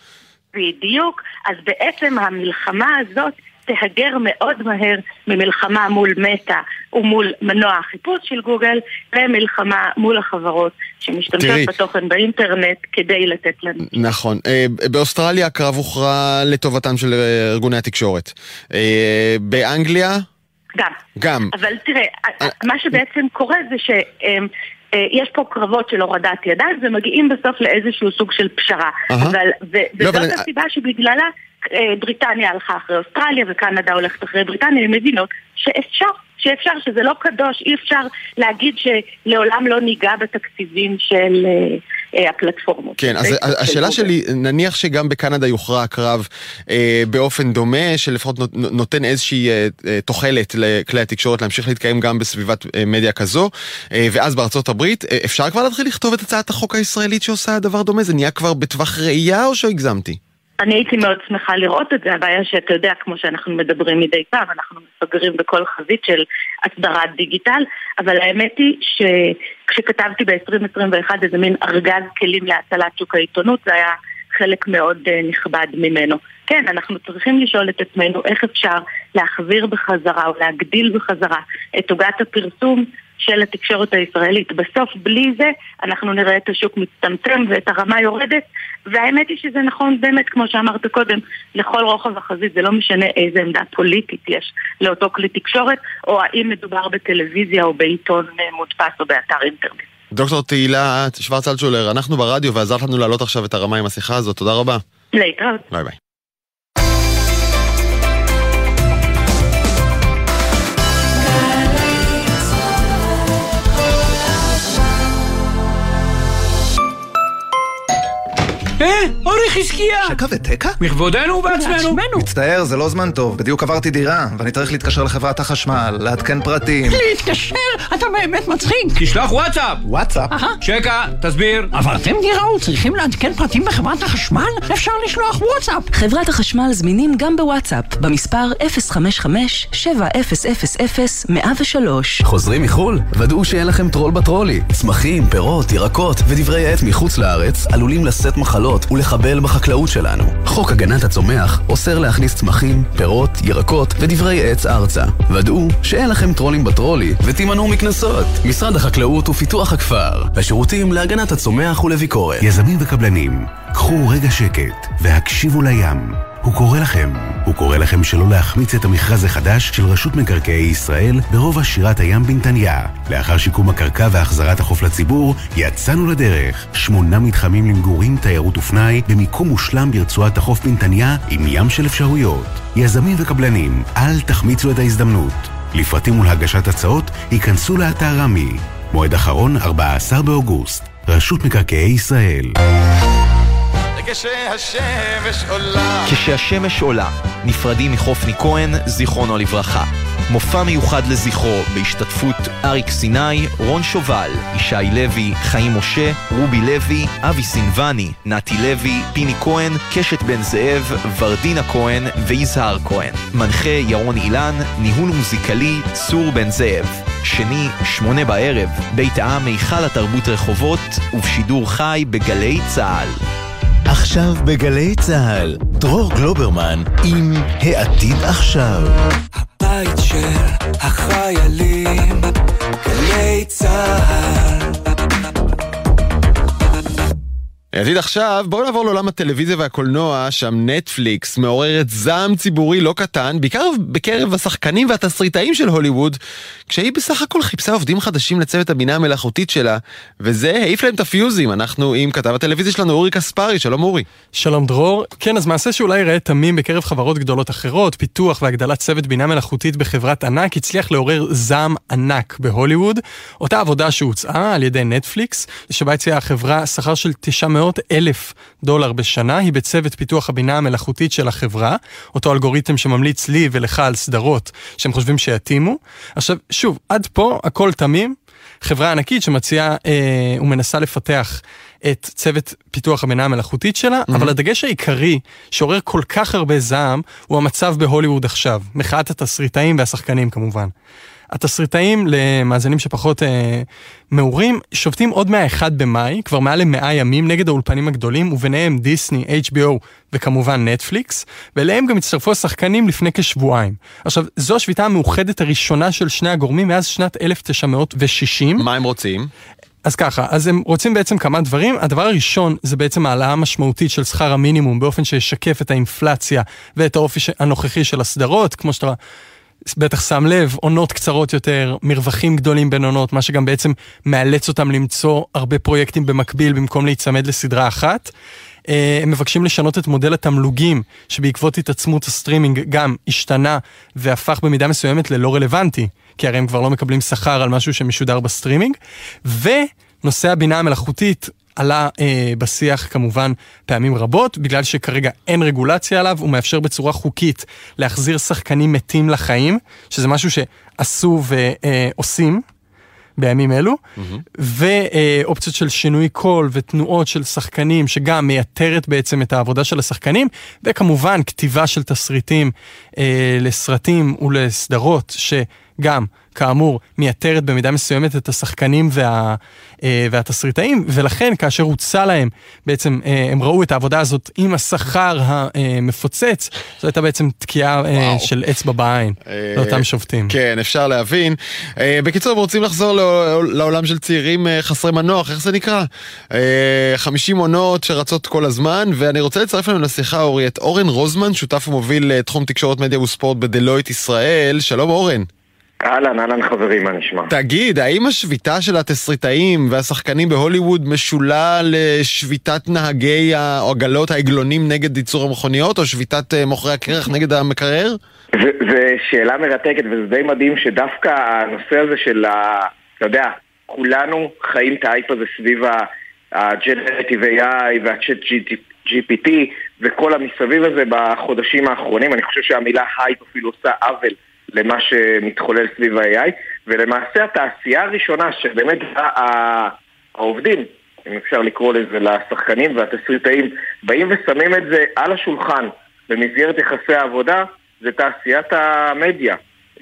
בדיוק, אז בעצם המלחמה הזאת תהגר מאוד מהר ממלחמה מול מטא ומול מנוע החיפוש של גוגל, ומלחמה מול החברות שמשתמשות תראי, בתוכן באינטרנט כדי לתת לנו. נכון. באוסטרליה הקרב הוכרע לטובתם של ארגוני התקשורת. באנגליה? גם. גם. אבל תראה, מה שבעצם קורה זה ש... יש פה קרבות של הורדת ידיים ומגיעים בסוף לאיזשהו סוג של פשרה. אבל, וזאת הסיבה שבגללה בריטניה הלכה אחרי אוסטרליה וקנדה הולכת אחרי בריטניה, הן מבינות שאפשר, שאפשר, שזה לא קדוש, אי אפשר להגיד שלעולם לא ניגע בתקציבים של הפלטפורמות. כן, אז השאלה שלי, נניח שגם בקנדה יוכרע הקרב באופן דומה, שלפחות נותן איזושהי תוחלת לכלי התקשורת להמשיך להתקיים גם בסביבת מדיה כזו, ואז בארצות הברית, אפשר כבר להתחיל לכתוב את הצעת החוק הישראלית שעושה דבר דומה? זה נהיה כבר בטווח ראייה או שהגזמתי? אני הייתי מאוד שמחה לראות את זה, הבעיה שאתה יודע, כמו שאנחנו מדברים מדי פעם, אנחנו מפגרים בכל חזית של הסדרת דיגיטל, אבל האמת היא שכשכתבתי ב-עשרים עשרים ואחת איזה מין ארגז כלים להצלת שוק העיתונות, זה היה חלק מאוד נכבד ממנו. כן, אנחנו צריכים לשאול את עצמנו איך אפשר להחזיר בחזרה או להגדיל בחזרה את עוגת הפרסום של התקשורת הישראלית. בסוף בלי זה אנחנו נראה את השוק מצטמצם ואת הרמה יורדת, והאמת היא שזה נכון באמת, כמו שאמרת קודם, לכל רוחב החזית, זה לא משנה איזה עמדה פוליטית יש לאותו כלי תקשורת, או האם מדובר בטלוויזיה או בעיתון מודפס או באתר אינטרנט. דוקטור תהילה שוורץ-אלטשולר, אנחנו ברדיו ועזרת לנו להעלות עכשיו את הרמה עם השיחה הזאת, תודה רבה. להתראות. ביי ביי. אה, אורי חזקיה! שקה ותקה? מכבודנו ובעצמנו. מצטער, זה לא זמן טוב. בדיוק עברתי דירה, ואני צריך להתקשר לחברת החשמל, לעדכן פרטים. להתקשר? אתה באמת מצחיק. תשלח וואטסאפ. וואטסאפ? שקה, תסביר. עברתם דירה וצריכים לעדכן פרטים בחברת החשמל? אפשר לשלוח וואטסאפ. חברת החשמל זמינים גם בוואטסאפ, במספר אפס חמש חמש שבע אפס אפס אפס מאה ושלוש. חוזרים מחול? ודאו שאין לכם טרול בטרולי. צמחים, פירות, ירקות ודברי עץ מחוץ לארץ עלולים לשאת מחלות ולחבל בחקלאות שלנו. חוק הגנת הצומח אוסר להכניס צמחים, פירות, ירקות ודברי עץ ארצה. ודאו שאין לכם טרולים בטרולי ותימנעו מכנסות. משרד החקלאות ופיתוח הכפר, השירותים להגנת הצומח ולביקורת. יזמים וקבלנים, קחו רגע שקט והקשיבו לים. הוא קורא לכם. הוא קורא לכם שלא להחמיץ את המכרז החדש של רשות מקרקעי ישראל ברובע שירת הים בנתניה. לאחר שיקום הקרקע והחזרת החוף לציבור, יצאנו לדרך. שמונה מתחמים למגורים, תיירות ופנאי, במיקום מושלם ברצועת החוף בנתניה, עם ים של אפשרויות. יזמים וקבלנים, אל תחמיצו את ההזדמנות. לפרטים ולהגשת הצעות, ייכנסו לאתר רמי. מועד אחרון ארבעה עשר באוגוסט. רשות מקרקעי ישראל. כשהשמש עולה כשהשמש עולה נפרדים מחופני כהן, זיכרונו לברכה. מופע מיוחד לזכרו בהשתתפות אריק סיני, רון שובל, ישי לוי, חיים משה, רובי לוי, אבי סינבני, נתי לוי, פיני כהן, קשת בן זאב, ורדינה כהן ויזהר כהן. מנחה ירון אילן, ניהול מוזיקלי צור בן זאב. שני, שמונה בערב, בית העם היכל התרבות רחובות, ובשידור חי בגלי צהל. עכשיו בגלי צהל, דרור גלוברמן עם העתיד עכשיו. הבית של החיילים, גלי צהל. העתיד עכשיו, בואו נעבור לעולם הטלוויזיה והקולנוע, שם נטפליקס מעוררת זעם ציבורי לא קטן, בעיקר בקרב השחקנים והתסריטאים של הוליווד, כשהיא בסך הכל חיפשה עובדים חדשים לצוות הבינה המלאכותית שלה, וזה העיף להם את הפיוזים. אנחנו עם כתב הטלוויזיה שלנו אורי קספרי. שלום אורי. שלום דרור. כן, אז מעשה שאולי יראה תמים בקרב חברות גדולות אחרות, פיתוח והגדלת צוות בינה מלאכותית בחברת ענק, הצליח לעורר זעם ענק בהוליווד. אותה עבודה שהוצעה על ידי נטפליקס, שבה הציעה החברה שכר של תשע מאות אלף דולר בשנה, היא בצוות פיתוח הבינה המלאכותית של החברה, אותו אלגוריתם שממליץ לי ולך על סדרות שהם חושבים שיתאימו. עכשיו, שוב, עד פה הכל תמים, חברה ענקית שמציעה אה, ומנסה לפתח את צוות פיתוח הבינה המלאכותית שלה, mm-hmm. אבל הדגש העיקרי שעורר כל כך הרבה זעם הוא המצב בהוליווד עכשיו, מחאת התסריטאים והשחקנים כמובן. התסריטאים למאזינים שפחות אה, מעורים, שובתים עוד מה-אחד במאי, כבר מעל למאה ימים נגד האולפנים הגדולים, וביניהם דיסני, אייץ' בי או וכמובן נטפליקס, ואליהם גם הצטרפו השחקנים לפני כשבועיים. עכשיו, זו השביתה המאוחדת הראשונה של שני הגורמים מאז שנת אלף תשע מאות ושישים. מה הם רוצים? אז ככה, אז הם רוצים בעצם כמה דברים. הדבר הראשון זה בעצם העלאה משמעותית של שכר המינימום, באופן שישקף את האינפלציה ואת האופי הנוכחי של הסדרות, כמו שאתה בטח שם לב, עונות קצרות יותר, מרווחים גדולים בין עונות, מה שגם בעצם מאלץ אותם למצוא הרבה פרויקטים במקביל, במקום להיצמד לסדרה אחת. הם מבקשים לשנות את מודל התמלוגים, שבעקבות התעצמות הסטרימינג גם השתנה והפך במידה מסוימת ללא רלוונטי, כי הרי הם כבר לא מקבלים שכר על משהו שמשודר בסטרימינג. ונושא הבינה המלאכותית עלה אה, בשיח כמובן פעמים רבות, בגלל שכרגע אין רגולציה עליו, הוא מאפשר בצורה חוקית להחזיר שחקנים מתים לחיים, שזה משהו שעשו ועושים בימים אלו, mm-hmm. ואופציות של שינוי קול ותנועות של שחקנים, שגם מייתרת בעצם את העבודה של השחקנים, וכמובן כתיבה של תסריטים אה, לסרטים ולסדרות, שגם כאמור מייתרת במידה מסוימת את השחקנים וה, אה, והתסריטאים, ולכן כאשר הוצא להם, בעצם אה, הם ראו את העבודה הזאת עם השכר המפוצץ, זו הייתה בעצם תקיעה אה, של אצבע בעין אה, לאותם שופטים. כן, אפשר להבין. אה, בקיצור, הם רוצים לחזור לעולם של צעירים אה, חסרי מנוח, איך זה נקרא? אה, חמישים עונות שרצות כל הזמן, ואני רוצה לצרף לנו לשיחה אורי, את אורן רוזמן, שותף ומוביל תחום תקשורת מדיה וספורט בדלויט ישראל. שלום אורן. אהלן, אהלן חברים, מה נשמע? תגיד, האם השביתה של התסריטאים והשחקנים בהוליווד משולה לשביתת נהגי העגלות העגלונים נגד ייצור המכוניות, או שביתת מוכרי הקרח נגד המקרר? זו שאלה מרתקת, וזה די מדהים שדווקא הנושא הזה של, אתה יודע, כולנו חיים את האייפ הזה סביב ה-Generative איי איי וה-Chat ג'י פי טי וכל המסביב הזה בחודשים האחרונים. אני חושב שהמילה הייפ אפילו עושה עוול למה שמתחולל סביב ה-איי איי, ולמעשה התעשייה הראשונה שבאמת העובדים, אם אפשר לקרוא לזה, לשחקנים והתסריטאים, באים ושמים את זה על השולחן במסגרת יחסי העבודה, זה תעשיית המדיה.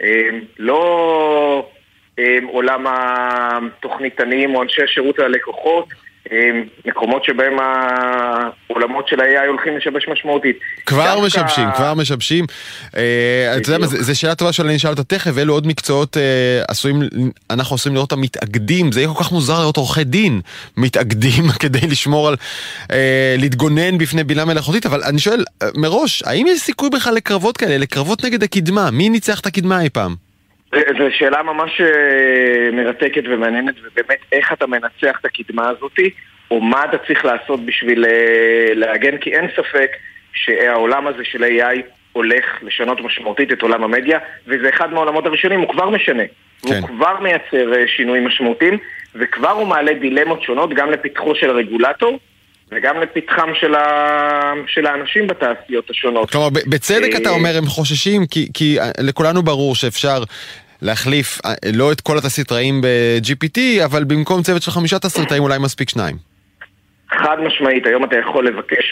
לא עולם התוכניתנים או אנשי השירות ללקוחות, מקומות שבהם העולמות של ה-איי איי הולכים לשבש משמעותית. כבר משבשים, כבר משבשים. אתה יודע מה, זו שאלה טובה שאני אשאל אותה תכף, ואלו עוד מקצועות אנחנו עושים לראות אותם מתאגדים, זה יהיה כל כך מוזר לראות עורכי דין מתאגדים כדי לשמור על, להתגונן בפני בינה מלאכותית, אבל אני שואל מראש, האם יש סיכוי בכלל לקרבות כאלה, לקרבות נגד הקדמה? מי ניצח את הקדמה אי פעם? זו שאלה ממש מרתקת ומעניינת, ובאמת איך אתה מנצח את הקדמה הזאת, או מה אתה צריך לעשות בשביל להגן, כי אין ספק שהעולם הזה של איי איי הולך לשנות משמעותית את עולם המדיה, וזה אחד מהעולמות הראשונים, הוא כבר משנה. כן. הוא כבר מייצר שינויים משמעותיים, וכבר הוא מעלה דילמות שונות, גם לפתחו של הרגולטור, וגם לפתחם של, ה... של האנשים בתעשיות השונות. כלומר, בצדק אתה אומר, הם חוששים, כי, כי לכולנו ברור שאפשר להחליף לא את כל התסריטאים ב-ג'י פי טי, אבל במקום צוות של חמישה תסריטאים אולי מספיק שניים. חד משמעית, היום אתה יכול לבקש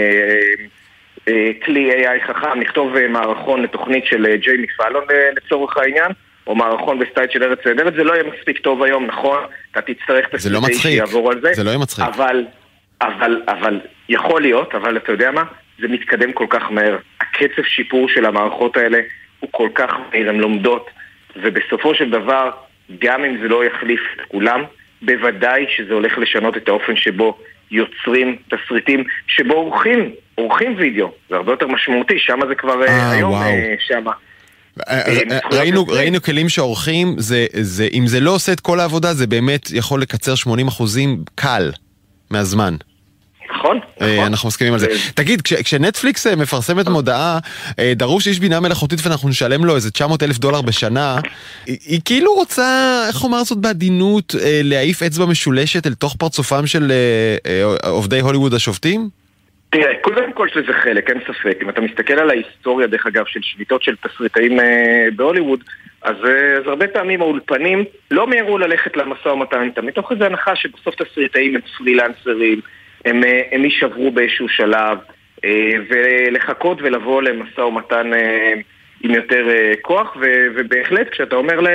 מכלי איי איי חכם, לכתוב מערכון לתוכנית של ג'יימי פאלון לצורך העניין, או מערכון בסטייל של ארץ נהדרת, זה לא יהיה מספיק טוב היום, נכון? אתה תצטרך תסריטאי שיעבור על זה. זה לא יהיה מצחיק. אבל... אבל, אבל, יכול להיות, אבל אתה יודע מה? זה מתקדם כל כך מהר. הקצב שיפור של המערכות האלה הוא כל כך מהר, הן לומדות, ובסופו של דבר, גם אם זה לא יחליף את כולם, בוודאי שזה הולך לשנות את האופן שבו יוצרים תסריטים, שבו עורכים, עורכים וידאו. זה הרבה יותר משמעותי, שמה זה כבר אה, היום, אה, שמה. ראינו, ראינו כלים שעורכים, זה, זה, אם זה לא עושה את כל העבודה, זה באמת יכול לקצר שמונים אחוזים קל מהזמן. נכון, נכון. אנחנו מסכימים על זה. תגיד, כשנטפליקס מפרסמת מודעה, דרוש איש בינה מלאכותית ואנחנו נשלם לו איזה תשע מאות אלף דולר בשנה, היא כאילו רוצה, איך אומר זאת בעדינות, להעיף אצבע משולשת אל תוך פרצופם של עובדי הוליווד השופטים? תראה, קודם כל שזה חלק, אין ספק. אם אתה מסתכל על ההיסטוריה, דרך אגב, של שביתות של תסריטאים בהוליווד, אז, אז הרבה פעמים האולפנים לא מהרו ללכת למשא ומתן איתם, מתוך איזו הנחה שבסוף תסריטאים הם פרילנסרים, הם, הם יישברו באיזשהו שלב, ולחכות ולבוא למשא ומתן עם יותר כוח, ובהחלט כשאתה אומר להם,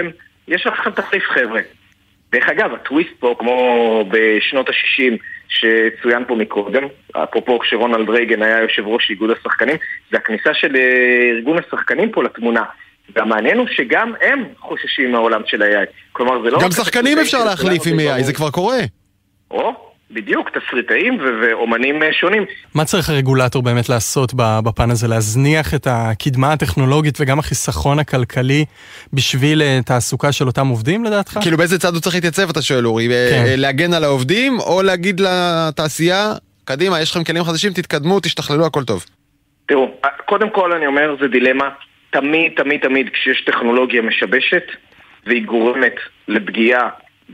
יש לכם תחליף חבר'ה. דרך אגב, הטוויסט פה, כמו בשנות ה-שישים שצוין פה מקודם, אפרופו כשרונלד רייגן היה יושב ראש איגוד השחקנים, זה הכניסה של ארגון השחקנים פה לתמונה. והמעניין הוא שגם הם חוששים מהעולם של ה-איי איי. כלומר, זה לא... גם שחקנים אפשר להחליף עם איי איי, זה כבר קורה. או, בדיוק, תסריטאים ואומנים שונים. מה צריך הרגולטור באמת לעשות בפן הזה? להזניח את הקדמה הטכנולוגית וגם החיסכון הכלכלי בשביל תעסוקה של אותם עובדים, לדעתך? כאילו באיזה צד הוא צריך להתייצב, אתה שואל, אורי? להגן על העובדים או להגיד לתעשייה, קדימה, יש לכם כלים חדשים, תתקדמו, תשתכללו, הכל טוב? תראו, קודם כל אני אומר, זה דילמה. תמיד, תמיד, תמיד, כשיש טכנולוגיה משבשת והיא גורמת לפגיעה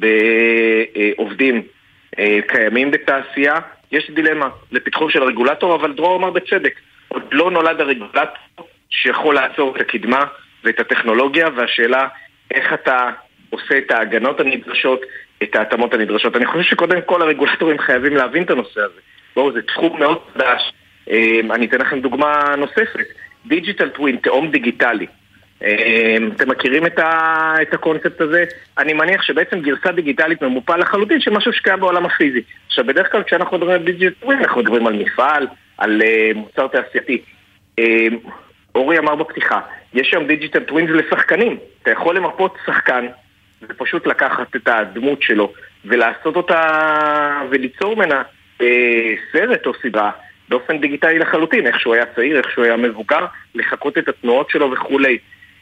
בעובדים קיימים בתעשייה, יש דילמה לפתחו של הרגולטור, אבל דרור אמר בצדק, עוד לא נולד הרגולטור שיכול לעצור את הקדמה ואת הטכנולוגיה, והשאלה איך אתה עושה את ההגנות הנדרשות, את ההתאמות הנדרשות. אני חושב שקודם כל הרגולטורים חייבים להבין את הנושא הזה. בואו, זה תחום מאוד חדש. אני אתן לכם דוגמה נוספת. דיג'יטל טווין, תאום דיגיטלי. אתם מכירים את, ה... את הקונספט הזה? אני מניח שבעצם גרסה דיגיטלית ממופה לחלוטין של משהו שקיים בעולם הפיזי. עכשיו, בדרך כלל כשאנחנו מדברים על דיג'יטל טווין, אנחנו מדברים על מפעל, על uh, מוצר תעשייתי. Uh, אורי אמר בפתיחה, יש שם דיג'יטל טווינס לשחקנים. אתה יכול למפות שחקן, ופשוט לקחת את הדמות שלו, ולעשות אותה, וליצור ממנה uh, סרט או סדרה, באופן דיגיטלי לחלוטין, איך שהוא היה צעיר, איך שהוא היה מבוגר, לחכות את התנועות שלו וכולי.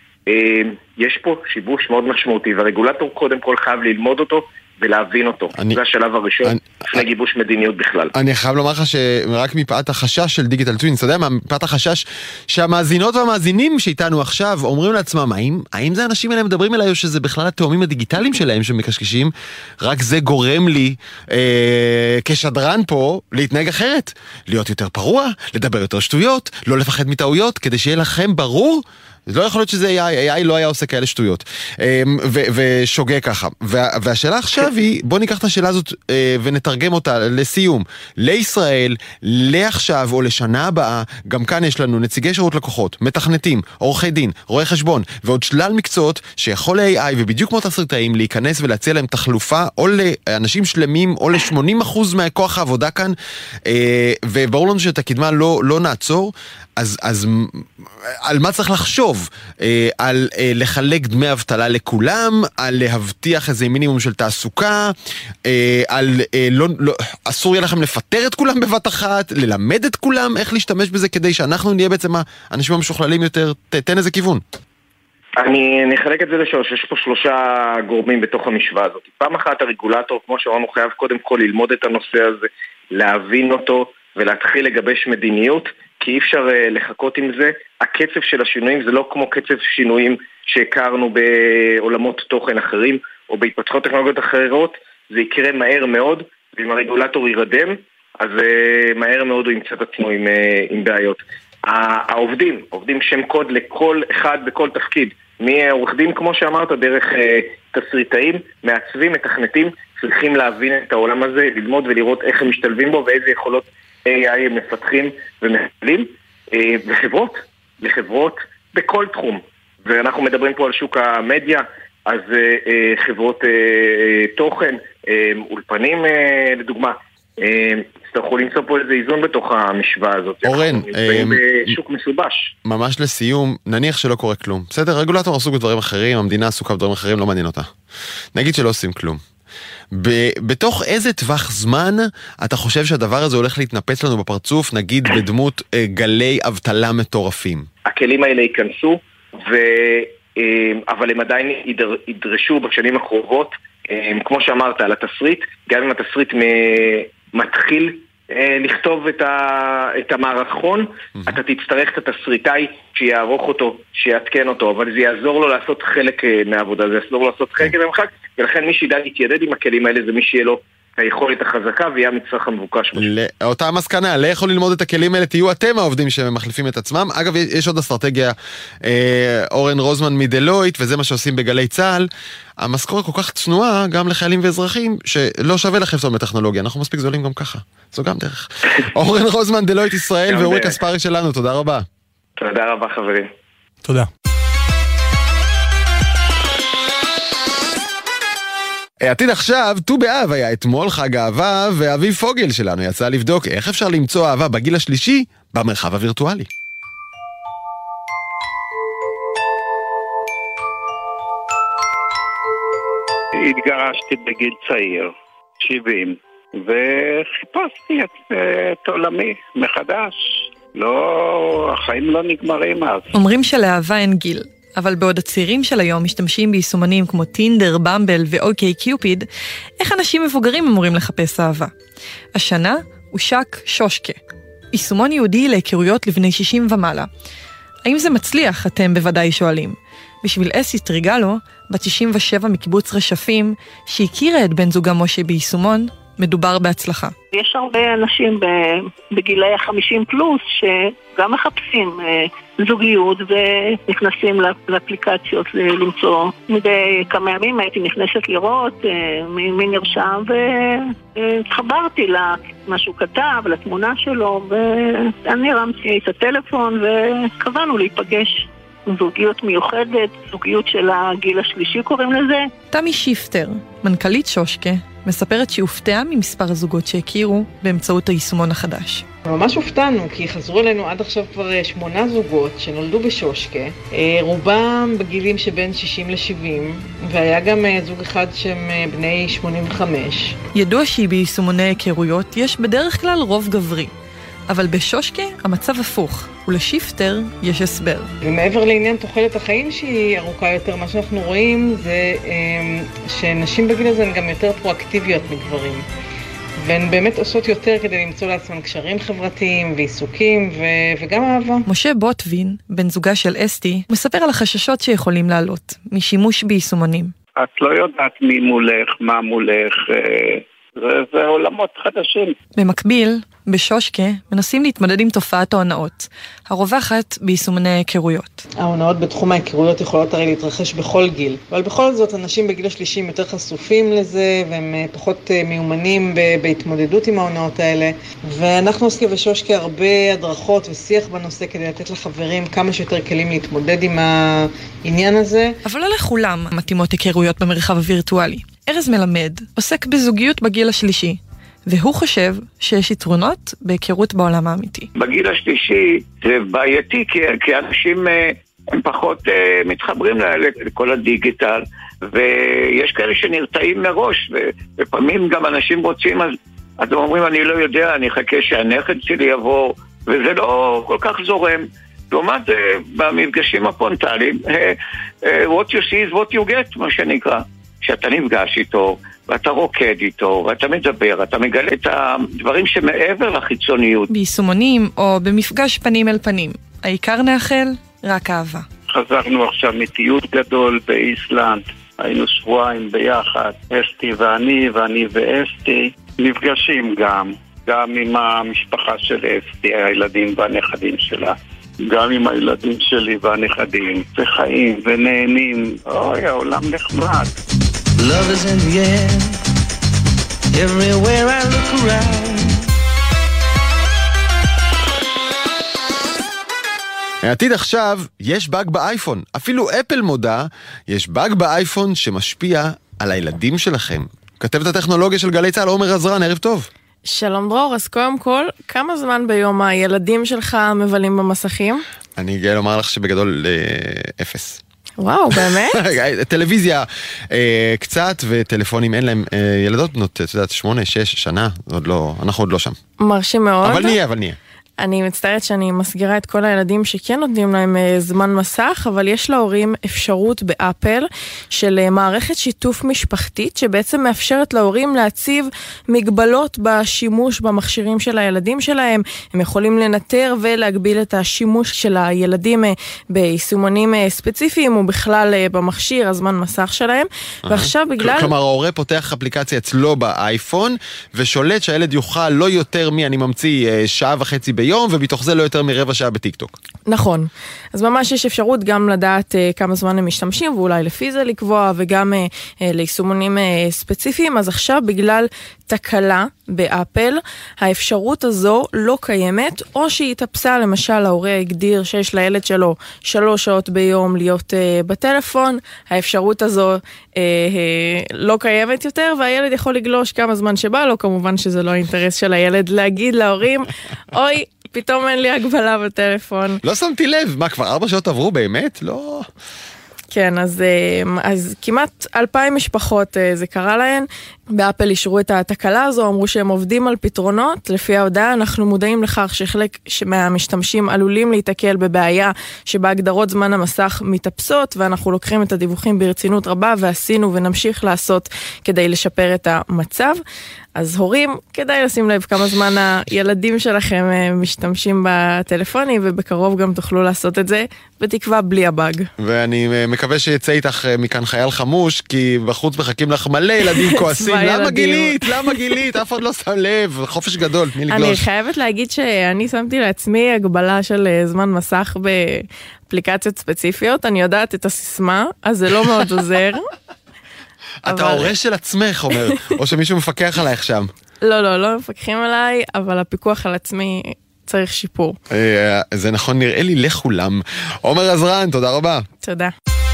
יש פה שיבוש מאוד משמעותי, והרגולטור קודם כל חייב ללמוד אותו ולהבין אותו. אני, זה השלב הראשון, אני, לפני אני, גיבוש מדיניות בכלל. אני חייב לומר לך שרק מפאת החשש של דיגיטל טווין, אתה יודע מה, מפאת החשש שהמאזינות והמאזינים שאיתנו עכשיו אומרים לעצמם, האם, האם זה האנשים האלה מדברים אליי, או שזה בכלל התאומים הדיגיטליים שלהם שמקשקשים, רק זה גורם לי אה, כשדרן פה להתנהג אחרת, להיות יותר פרוע, לדבר יותר שטויות, לא לפחד מטעויות, כדי שיהיה לכם ברור, לא יכול להיות שזה איי איי, איי איי לא היה עושה כאלה שטויות ושוגע ככה. והשאלה עכשיו היא, בוא ניקח את השאלה הזאת ונתרגם אותה לסיום, לישראל, לעכשיו או לשנה הבאה. גם כאן יש לנו נציגי שירות לקוחות, מתכנתים, עורכי דין, רואי חשבון ועוד שלל מקצועות שיכול ל-איי איי ובדיוק כמו תסריטאים להיכנס ולהציע להם תחלופה או לאנשים שלמים או ל-שמונים אחוז מהכוח העבודה כאן, וברור לנו שאת הקדמה לא, לא נעצור. אז, אז על מה צריך לחשוב? אה, על אה, לחלק דמי אבטלה לכולם, על להבטיח איזה מינימום של תעסוקה, אה, על אה, לא, לא, אסור יהיה לכם לפטר את כולם בבת אחת, ללמד את כולם איך להשתמש בזה כדי שאנחנו נהיה בעצם האנשים המשוכללים יותר. ת, תן איזה כיוון. אני נחלק את זה לשלוש, יש פה שלושה גורמים בתוך המשוואה הזאת. פעם אחת הרגולטור, כמו שאמרנו, חייב קודם כל ללמוד את הנושא הזה, להבין אותו ולהתחיל לגבש מדיניות, כי אי אפשר uh, לחכות עם זה. הקצב של השינויים זה לא כמו קצב שינויים שהכרנו בעולמות תוכן אחרים או בהתפתחות טכנולוגיות אחרות. זה יקרה מהר מאוד, ואם הרגולטור יירדם, אז uh, מהר מאוד הוא ימצא את עצמו עם, uh, עם בעיות. העובדים, עובדים שם קוד לכל אחד בכל תפקיד, מעורך דין כמו שאמרת, דרך uh, תסריטאים, מעצבים, מתכנתים, צריכים להבין את העולם הזה, ללמוד ולראות איך הם משתלבים בו ואיזה יכולות איי איי הם מפתחים ומחלים, וחברות, לחברות בכל תחום. ואנחנו מדברים פה על שוק המדיה, אז חברות תוכן, אולפנים לדוגמה, יצטרכו למצוא פה איזה איזון בתוך המשוואה הזאת. אורן, נמצאים בשוק מסובש. ממש לסיום, נניח שלא קורה כלום. בסדר, רגולטור עסוק בדברים אחרים, המדינה עסוקה בדברים אחרים, לא מעניין אותה. נגיד שלא עושים כלום. בתוך איזה טווח זמן אתה חושב שהדבר הזה הולך להתנפץ לנו בפרצוף, נגיד בדמות גלי אבטלה מטורפים? הכלים האלה ייכנסו, ו... אבל הם עדיין ידרשו בשנים הקרובות, כמו שאמרת, על התסריט, גם אם התסריט מתחיל לכתוב את, ה... את המערכון, mm-hmm. אתה תצטרך את התסריטאי שיערוך אותו, שיעדכן אותו, אבל זה יעזור לו לעשות חלק מהעבודה, זה יעזור לו לעשות חלק מהמחק, ולכן מי שידע להתיידד עם הכלים האלה זה מי שיהיה לו היכולת החזקה ויהיה המצרך המבוקש. אותה המסקנה, לא יכול ללמוד את הכלים האלה, תהיו אתם העובדים שמחליפים את עצמם. אגב, יש עוד אסטרטגיה, אורן רוזמן מדלויט, וזה מה שעושים בגלי צהל. המשכורת כל כך צנועה גם לחיילים ואזרחים, שלא שווה לחפסון בטכנולוגיה, אנחנו מספיק זולים גם ככה. זו גם דרך. אורן רוזמן, דלויט ישראל, ואורי קספרי שלנו, תודה רבה. תודה רבה חברים. תודה. העתיד עכשיו, ט"ו באב היה אתמול חג אהבה, ואביב פוגל שלנו יצא לבדוק איך אפשר למצוא אהבה בגיל השלישי במרחב הווירטואלי. התגרשתי בגיל צעיר, שבעים, וחיפשתי את, את עולמי מחדש. לא, החיים לא נגמרים אז. אומרים שלאהבה אין גיל, אבל בעוד הצעירים של היום משתמשים ביישומנים כמו טינדר, במבל ואוקיי קיופיד, איך אנשים מבוגרים אמורים לחפש אהבה? השנה הושק שושקה, יישומון יהודי להיכרויות לבני שישים ומעלה. האם זה מצליח? אתם בוודאי שואלים. בשביל אסי טריגלו, בת שישים ושבע מקיבוץ רשפים, שהכירה את בן זוגה משה ביישומון, מדובר בהצלחה. יש הרבה אנשים בגילי החמישים פלוס שגם מחפשים זוגיות ונכנסים לאפליקציות למצוא. מדי כמה ימים הייתי נכנסת לראות מי נרשם והתחברתי למה שהוא כתב, לתמונה שלו, ואני הרמתי את הטלפון וקבענו להיפגש. זוגיות מיוחדת, זוגיות של הגיל השלישי קוראים לזה. תמי שיפטר, מנכ"לית שושקה, מספרת שהופתעה ממספר הזוגות שהכירו באמצעות היישומון החדש. ממש הופתענו, כי חזרו אלינו עד עכשיו כבר שמונה זוגות שנולדו בשושקה, רובם בגילים שבין שישים ל-שבעים, והיה גם זוג אחד שהם בני שמונים וחמש. ידוע שהיא ביישומוני היכרויות יש בדרך כלל רוב גברי. אבל בשושקה המצב הפוך, ולשיפטר יש הסבר. ומעבר לעניין תוחלת החיים שהיא ארוכה יותר, מה שאנחנו רואים זה שנשים בגיל הזה הן גם יותר פרואקטיביות מגברים. והן באמת עושות יותר כדי למצוא לעצמן קשרים חברתיים ועיסוקים ו- וגם אהבה. משה בוטווין, בן זוגה של אסתי, מספר על החששות שיכולים לעלות משימוש ביישומונים. את לא יודעת מי מולך, מה מולך, זה, זה עולמות חדשים. במקביל, בשושקה מנסים להתמודד עם תופעת ההונאות, הרווחת ביישומני ההיכרויות. ההונאות בתחום ההיכרויות יכולות הרי להתרחש בכל גיל, אבל בכל זאת אנשים בגיל השלישי יותר חשופים לזה, והם פחות מיומנים בהתמודדות עם ההונאות האלה, ואנחנו עוסקים בשושקה הרבה הדרכות ושיח בנושא כדי לתת לחברים כמה שיותר כלים להתמודד עם העניין הזה. אבל לא לכולם מתאימות היכרויות במרחב הווירטואלי. ארז מלמד עוסק בזוגיות בגיל השלישי, והוא חושב שיש יתרונות בהיכרות בעולם האמיתי. בגיל השלישי זה בעייתי, כי, כי אנשים הם פחות מתחברים לכל הדיגיטל, ויש כאלה שנרתעים מראש, ופעמים גם אנשים רוצים, אז אתם אומרים, אני לא יודע, אני אחכה שהנכד שלי יבוא, וזה לא כל כך זורם. לעומת במפגשים הפרונטליים, what you see is what you get, מה שנקרא. שאתה נפגש איתו, ואתה רוקד איתו, ואתה מדבר, אתה מגלה את הדברים שמעבר לחיצוניות. ביישומונים או במפגש פנים אל פנים, העיקר נאחל רק אהבה. חזרנו עכשיו מטיול גדול באיסלנד, היינו שבועיים ביחד, אסתי ואני, ואני ואסתי, נפגשים גם, גם עם המשפחה של אסתי, הילדים והנכדים שלה. גם עם הילדים שלי והנכדים, וחיים ונהנים, אוי, העולם נחמד. Love is in the air, everywhere I look around. העתיד עכשיו, יש באג באייפון. אפילו אפל מודה, יש באג באייפון שמשפיע על הילדים שלכם. כתבת הטכנולוגיה של גלי צהל, עומר עזרן, ערב טוב. שלום דרור, אז קודם כל, כמה זמן ביום הילדים שלך מבלים במסכים? אני גאה לומר לך שבגדול אפס. וואו, באמת? טלוויזיה אה, קצת, וטלפונים אין להם, אה, ילדות בנות, את יודעת, שמונה, שש, שנה, עוד לא, אנחנו עוד לא שם. מרשים מאוד. אבל נהיה, אבל נהיה. אני מצטערת שאני מסגירה את כל הילדים שכן נותנים להם זמן מסך, אבל יש להורים אפשרות באפל של מערכת שיתוף משפחתית, שבעצם מאפשרת להורים להציב מגבלות בשימוש במכשירים של הילדים שלהם. הם יכולים לנטר ולהגביל את השימוש של הילדים ביישומונים ספציפיים, ובכלל במכשיר, הזמן מסך שלהם. ועכשיו בגלל... כלומר, ההורה פותח אפליקציה אצלו באייפון, ושולט שהילד יוכל לא יותר מי, אני ממציא שעה וחצי ביום, יום, ובתוך זה לא יותר מרבע שעה בטיקטוק. נכון. אז ממש יש אפשרות גם לדעת uh, כמה זמן הם משתמשים, ואולי לפי זה לקבוע, וגם uh, uh, ליישומונים uh, ספציפיים. אז עכשיו בגלל תקלה באפל, האפשרות הזו לא קיימת, או שהיא תפסה, למשל ההורה הגדיר שיש לילד שלו שלוש שעות ביום להיות uh, בטלפון, האפשרות הזו uh, uh, לא קיימת יותר, והילד יכול לגלוש כמה זמן שבא לו, כמובן שזה לא האינטרס של הילד להגיד להורים, אוי, פתאום אין לי הגבלה בטלפון. לא שמתי לב, מה, כבר ארבע שעות עברו באמת? לא... כן, אז, אז כמעט אלפיים משפחות זה קרה להן. באפל אישרו את התקלה הזו, אמרו שהם עובדים על פתרונות. לפי ההודעה אנחנו מודעים לכך שחלק מהמשתמשים עלולים להתקל בבעיה שבה הגדרות זמן המסך מתאפסות, ואנחנו לוקחים את הדיווחים ברצינות רבה, ועשינו ונמשיך לעשות כדי לשפר את המצב. אז הורים, כדאי לשים לב כמה זמן הילדים שלכם משתמשים בטלפונים, ובקרוב גם תוכלו לעשות את זה, בתקווה בלי הבאג. ואני מקווה שיצא איתך מכאן חייל חמוש, כי בחוץ מחכים לך מלא ילדים כועסים. למה גילית? למה גילית? אף אחד לא שם לב. חופש גדול, תני לגלוש. אני חייבת להגיד שאני שמתי לעצמי הגבלה של זמן מסך באפליקציות ספציפיות. אני יודעת את הסיסמה, אז זה לא מאוד עוזר. אתה הורה של עצמך, אומר, או שמישהו מפקח עלייך שם. לא, לא, לא מפקחים עליי, אבל הפיקוח על עצמי צריך שיפור. זה נכון, נראה לי לכולם. עומר עזרן, תודה רבה. תודה.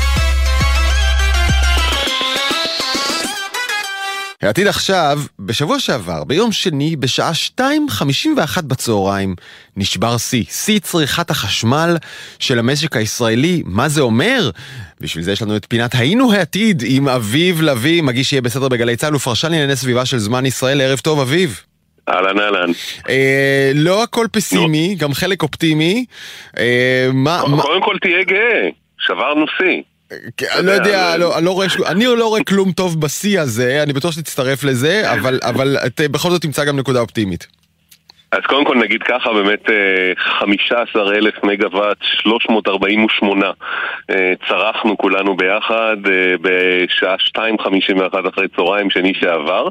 העתיד עכשיו, בשבוע שעבר, ביום שני, בשעה שתיים חמישים ואחת בצהריים, נשבר שיא, שיא צריכת החשמל של המשק הישראלי. מה זה אומר? בשביל זה יש לנו את פינת היינו העתיד עם אביב לוי, מגיש שיהיה בסדר בגלי צה"ל ופרשן לענייני סביבה של זמן ישראל. ערב טוב, אביב. אהלן, אהלן. אה, לא הכל פסימי, גם חלק אופטימי. אה, מה, קודם מה... כל תהיה גאה, שברנו שיא. אני לא יודע, אני לא רואה כלום טוב בסי הזה, אני בטוח שתצטרף לזה, אבל בכל זאת תמצא גם נקודה אופטימית. אז קודם כל נגיד ככה, באמת חמישה עשר אלף מגוואט, שלוש מאות ארבעים ושמונה צרכנו כולנו ביחד בשעה שתיים חמישים ואחת אחרי צהריים שני שעבר.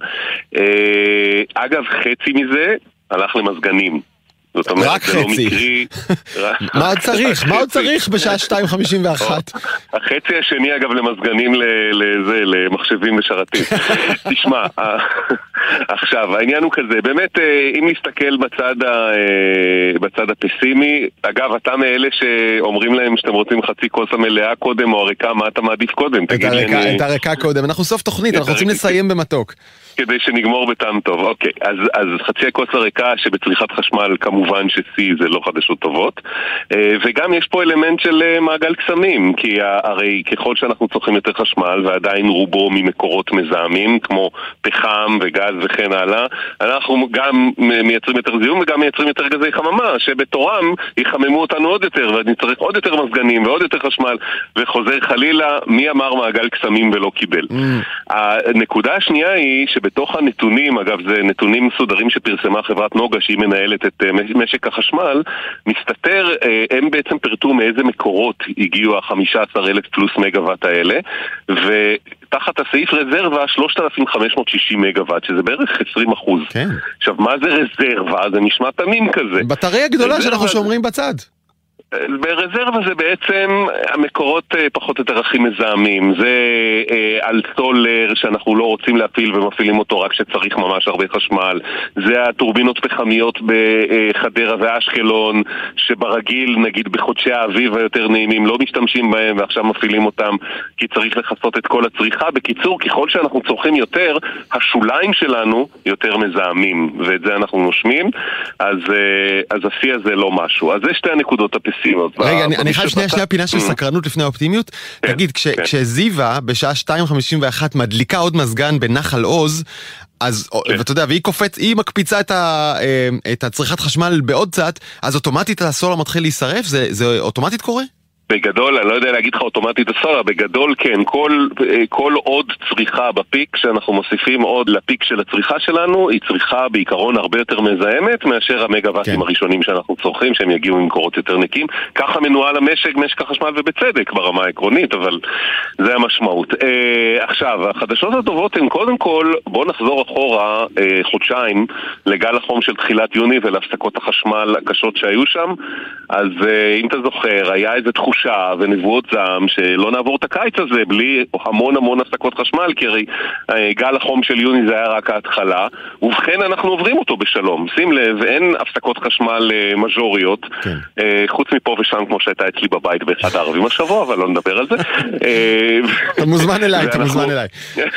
אגב, חצי מזה הלך למזגנים. זאת אומרת, רק חצי. מה עוד צריך? מה עוד צריך בשעה שתיים חמישים ואחת? החצי השני אגב למזגנים לזה, למחשבים ושרתים. תשמע, עכשיו, העניין הוא כזה, באמת, אם נסתכל בצד הפסימי, אגב, אתה מאלה שאומרים להם שאתם רוצים חצי כוס המלאה קודם או הריקה, מה אתה מעדיף קודם? את הריקה קודם, אנחנו סוף תוכנית, אנחנו רוצים לסיים במתוק. כדי שנגמור בטעם טוב. אוקיי, אז, אז חצי הכוס הריקה שבצריכת חשמל כמובן שסי זה לא חדשות טובות, וגם יש פה אלמנט של מעגל קסמים, כי הרי ככל שאנחנו צורכים יותר חשמל ועדיין רובו ממקורות מזהמים כמו פחם וגז וכן הלאה, אנחנו גם מייצרים יותר זיהום וגם מייצרים יותר גזי חממה שבתורם יחממו אותנו עוד יותר, ואני צריך עוד יותר מזגנים ועוד יותר חשמל, וחוזר חלילה, מי אמר מעגל קסמים ולא קיבל. Mm. הנקודה השנייה היא בתוך הנתונים, אגב זה נתונים מסודרים שפרסמה חברת נוגה שהיא מנהלת את משק החשמל, מסתתר, הם בעצם פרטו מאיזה מקורות הגיעו ה-חמישה עשר אלף פלוס מגוואט האלה, ותחת הסעיף רזרבה שלושת אלפים חמש מאות ושישים מגוואט, שזה בערך עשרים אחוז. כן. עכשיו, מה זה רזרבה? זה נשמע תמים כזה. בטריה גדולה שאנחנו שומרים בצד. ברזרבה זה בעצם המקורות פחות או יותר הכי מזהמים, זה אה, על סולר שאנחנו לא רוצים להפעיל ומפעילים אותו רק שצריך ממש הרבה חשמל, זה הטורבינות פחמיות בחדרה ואשקלון שברגיל נגיד בחודשי האביב היותר נעימים לא משתמשים בהם ועכשיו מפעילים אותם כי צריך לחסות את כל הצריכה. בקיצור, ככל שאנחנו צורכים יותר, השוליים שלנו יותר מזהמים ואת זה אנחנו נושמים, אז, אה, אז השיא הזה לא משהו. אז זה שתי הנקודות הפסימיות. רגע, אני חייב שנייה שנייה פינה של סקרנות לפני האופטימיות. תגיד, כשזיווה בשעה שתיים חמישים ואחת מדליקה עוד מזגן בנחל עוז, אז, ואתה יודע, והיא קופץ, היא מקפיצה את הצריכת חשמל בעוד קצת, אז אוטומטית הסולר מתחיל להישרף? זה אוטומטית קורה? בגדול, אני לא יודע להגיד לך אוטומטית הסולר, בגדול כן, כל, כל עוד צריכה בפיק שאנחנו מוסיפים עוד לפיק של הצריכה שלנו, היא צריכה בעיקרון הרבה יותר מזהמת מאשר המגוואטים כן. הראשונים שאנחנו צורכים, שהם יגיעו ממקורות יותר נקים. ככה מנוהל המשק, משק החשמל ובצדק ברמה העקרונית, אבל זה המשמעות. אה, עכשיו, החדשות הטובות הן קודם כל, בוא נחזור אחורה אה, חודשיים לגל החום של תחילת יוני ולהפסקות החשמל הקשות שהיו שם. אז אה, אם אתה זוכר, היה איזה תחושה ונבואות זעם שלא נעבור את הקיץ הזה בלי המון המון הפסקות חשמל, כי הרי גל החום של יוני זה היה רק ההתחלה, ובכן אנחנו עוברים אותו בשלום. שים לב, אין הפסקות חשמל מז'וריות, כן. חוץ מפה ושם כמו שהייתה אצלי בבית באחד הערבים השבוע, אבל לא נדבר על זה. אתה מוזמן אליי, אתה מוזמן אליי.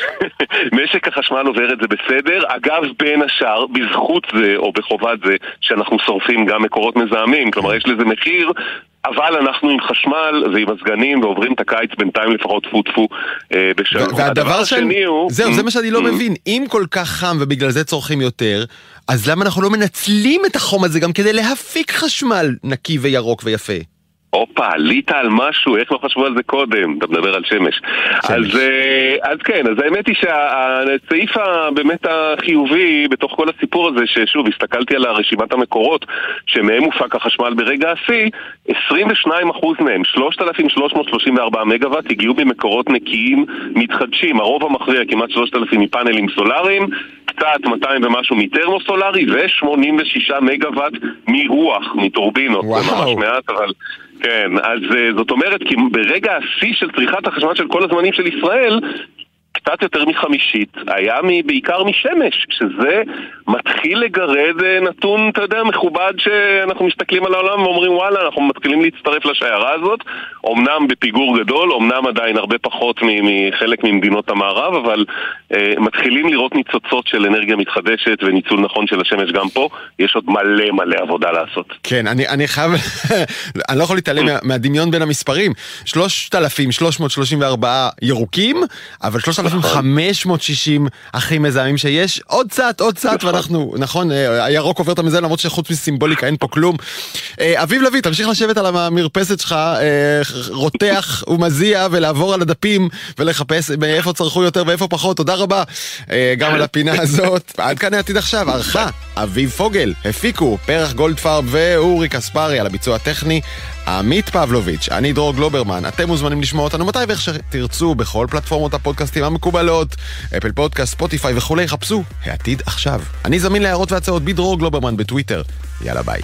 משק החשמל עובר את זה בסדר, אגב בין השאר, בזכות זה או בחובת זה שאנחנו שורפים גם מקורות מזהמים, כלומר יש לזה מחיר, אבל אנחנו עם חשמל ועם הסגנים ועוברים את הקיץ בינתיים לפחות טפו טפו בשלום. והדבר השני הוא... זהו, זה מה שאני לא מבין. אם כל כך חם ובגלל זה צורכים יותר, אז למה אנחנו לא מנצלים את החום הזה גם כדי להפיק חשמל נקי וירוק ויפה? אופה, עלית על משהו, איך לא חשבו על זה קודם? אתה מדבר על שמש. אז, אז כן, אז האמת היא שהסעיף באמת החיובי בתוך כל הסיפור הזה, ששוב, הסתכלתי על הרשימת המקורות שמהם הופק החשמל ברגע השיא, עשרים ושניים אחוז מהם, שלושת אלפים שלוש מאות שלושים וארבעה מגוואט, הגיעו ממקורות נקיים מתחדשים. הרוב המכריע, כמעט שלושת אלפים מפאנלים סולאריים, קצת מאתיים ומשהו מטרמוסולרי, ו-שמונים ושישה מגוואט מרוח, מטורבינות. וואו. זה ממש מעט, אבל... כן, אז זאת אומרת, כי ברגע השיא של צריכת החשמל של כל הזמנים של ישראל, קצת יותר מחמישית, היה בעיקר משמש, שזה מתחיל לגרד נתון, אתה יודע, מכובד שאנחנו מסתכלים על העולם ואומרים, וואלה, אנחנו מתחילים להצטרף לשיירה הזאת, אומנם בפיגור גדול, אומנם עדיין הרבה פחות מחלק ממדינות המערב, אבל אה, מתחילים לראות ניצוצות של אנרגיה מתחדשת וניצול נכון של השמש גם פה, יש עוד מלא מלא עבודה לעשות. כן, אני, אני חייב, אני לא יכול להתעלם מה, מהדמיון בין המספרים, שלושת אלפים שלוש מאות שלושים וארבעה ירוקים, אבל שלושת אלפים חמש מאות שישים הכי מזהמים שיש, עוד קצת, עוד קצת, ואנחנו, נכון, הירוק עובר את המזהה, למרות שחוץ מסימבוליקה אין פה כלום. אביב לוי, תמשיך לשבת על המרפסת שלך, רותח ומזיע, ולעבור על הדפים, ולחפש מאיפה צרכו יותר ואיפה פחות. תודה רבה, גם על הפינה הזאת. עד כאן העתיד עכשיו, ערכה, אביב פוגל, הפיקו, פרח גולדפרב ואורי קספרי על הביצוע הטכני, עמית פבלוביץ', אני דרור גלוברמן. אתם מוזמנים לשמוע אותנו מתי ואיך שתרצו בכל פלטפורמות הפודקאסטים המקובלות, אפל פודקאסט, ספוטיפיי וכולי, חפשו העתיד עכשיו. אני זמין להערות והצעות בדרור גלוברמן בטוויטר. יאללה ביי.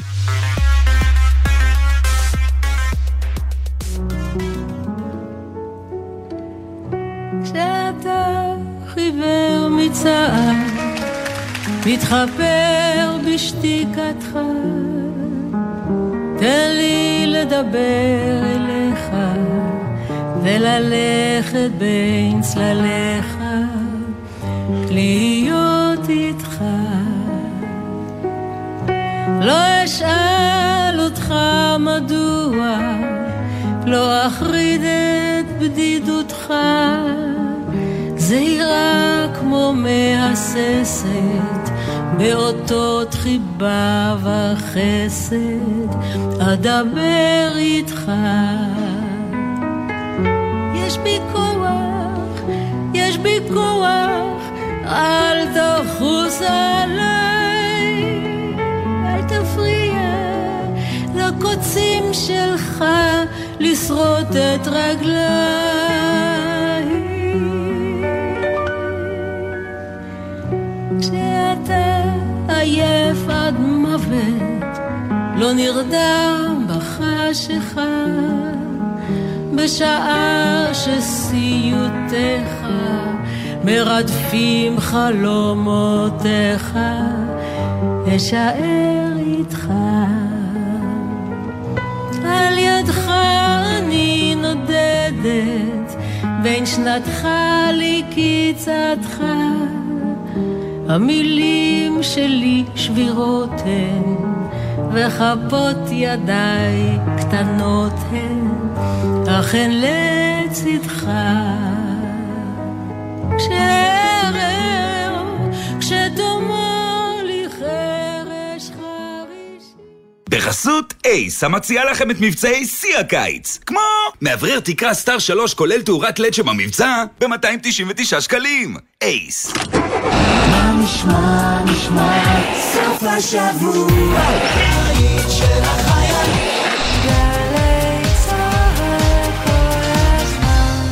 כשאתה חיוור מצער, מתחפר בשתיקתך, תן לי לדבר אליך וללכת בין צלליך, להיות איתך. לא אשאל אותך מדוע, לא אחריד את בדידותך, זהירה כמו מהססת באותות חיבה וחסד, אדבר איתך. יש בי כוח, יש בי כוח, אל תחוס עליי, אל תפריע לקוצים שלך לשרוט את רגליי. כשאתה עייף עד מוות, לא נרדם בחשיכה, בשעה שסיוטיך מרדפים חלומותיך, אשאר איתך. על ידך אני נודדת, בין שנתך לקצתך, המילים שלי שבירות הן, וחפות ידיי קטנות הן, אך הן לצדך. כשערב, כשתאמר לי חרש חריש. בחסות אייס, המציעה לכם את מבצעי שיא הקיץ. כמו מאוורר תקרה סטאר שלוש כולל תאורת לד שבמבצע ב-מאתיים תשעים ותשעה שקלים. אייס. מה נשמע, נשמע, סוף השבוע, היית של החיילים. גלי צהל כל הזמן.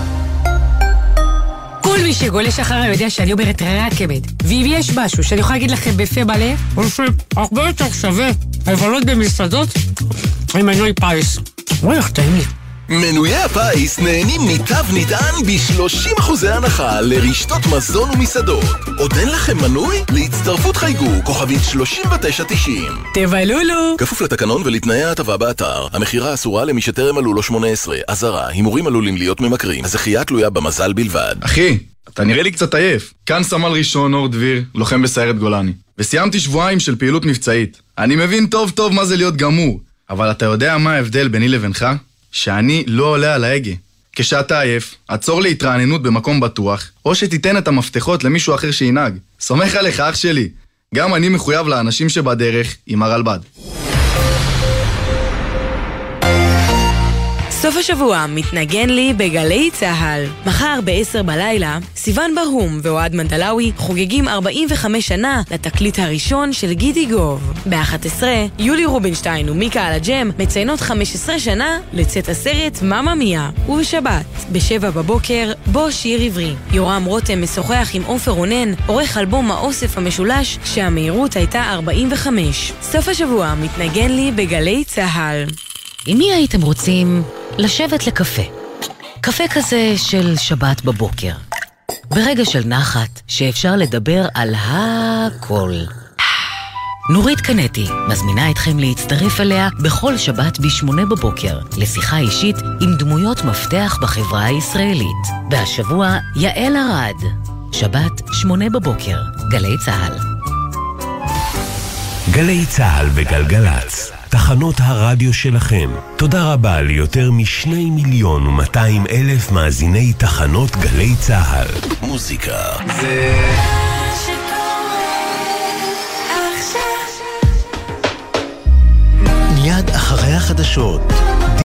כל מי שגולש אחרי יודע שאני אומרת רכבת. ואם יש משהו שאני יכולה להגיד לכם בפה מלא, הוא הרבה יותר שווה לבלות במסעדות עם מנוי פיס. וואי, איך טעים לי. מנויי הפיס נהנים מתו נטען ב-שלושים אחוז הנחה לרשתות מזון ומסעדות. עוד אין לכם מנוי? להצטרפות חייגו כוכבית שלושים ותשע תשעים. תבלולו! כפוף לתקנון ולתנאי ההטבה באתר. המחירה אסורה למי שטרם מלאו לו שמונה עשרה. אזהרה, הימורים עלולים להיות ממכרים. הזכייה תלויה במזל בלבד. אחי, אתה נראה לי קצת עייף. כאן סמל ראשון אור דביר, לוחם בסיירת גולני. וסיימתי שבועיים של פעילות מבצעית. אני מבין טוב טוב מה זה להיות גמור. אבל אתה יודע מה ההבדל ביני לבינך? שאני לא עולה על ההגה. כשאתה עייף, עצור להתרעננות במקום בטוח, או שתיתן את המפתחות למישהו אחר שינהג. סומך עליך אח שלי. גם אני מחויב לאנשים שבדרך עם הרלב"ד. סוף השבוע מתנגן לי בגלי צהל. מחר ב-עשר בלילה, סיוון ברהום ואוהד מנדלאוי חוגגים ארבעים וחמש שנה לתקליט הראשון של גידי גוב. ב-אחת עשרה, יולי רובינשטיין ומיקה על הג'ם מציינות חמש עשרה שנה לצאת הסרט מאמה מיה. ובשבת, בשבע בבוקר, בו שיר עברי. יורם רותם משוחח עם עופר רונן, עורך אלבום האוסף המשולש, שהמהירות הייתה ארבעים וחמש. סוף השבוע מתנגן לי בגלי צהל. עם מי הייתם רוצים לשבת לקפה? קפה כזה של שבת בבוקר. ברגע של נחת שאפשר לדבר על הכל. נורית קנטי מזמינה אתכם להצטרף אליה בכל שבת בשמונה בבוקר לשיחה אישית עם דמויות מפתח בחברה הישראלית. והשבוע יעל ארד. שבת שמונה בבוקר. גלי צהל. גלי צהל וגלגלץ. תחנות הרדיו שלכם. תודה רבה ליותר משני מיליון ומאתיים אלף מאזיני תחנות גלי צהל. מוזיקה זה... מיד אחרי החדשות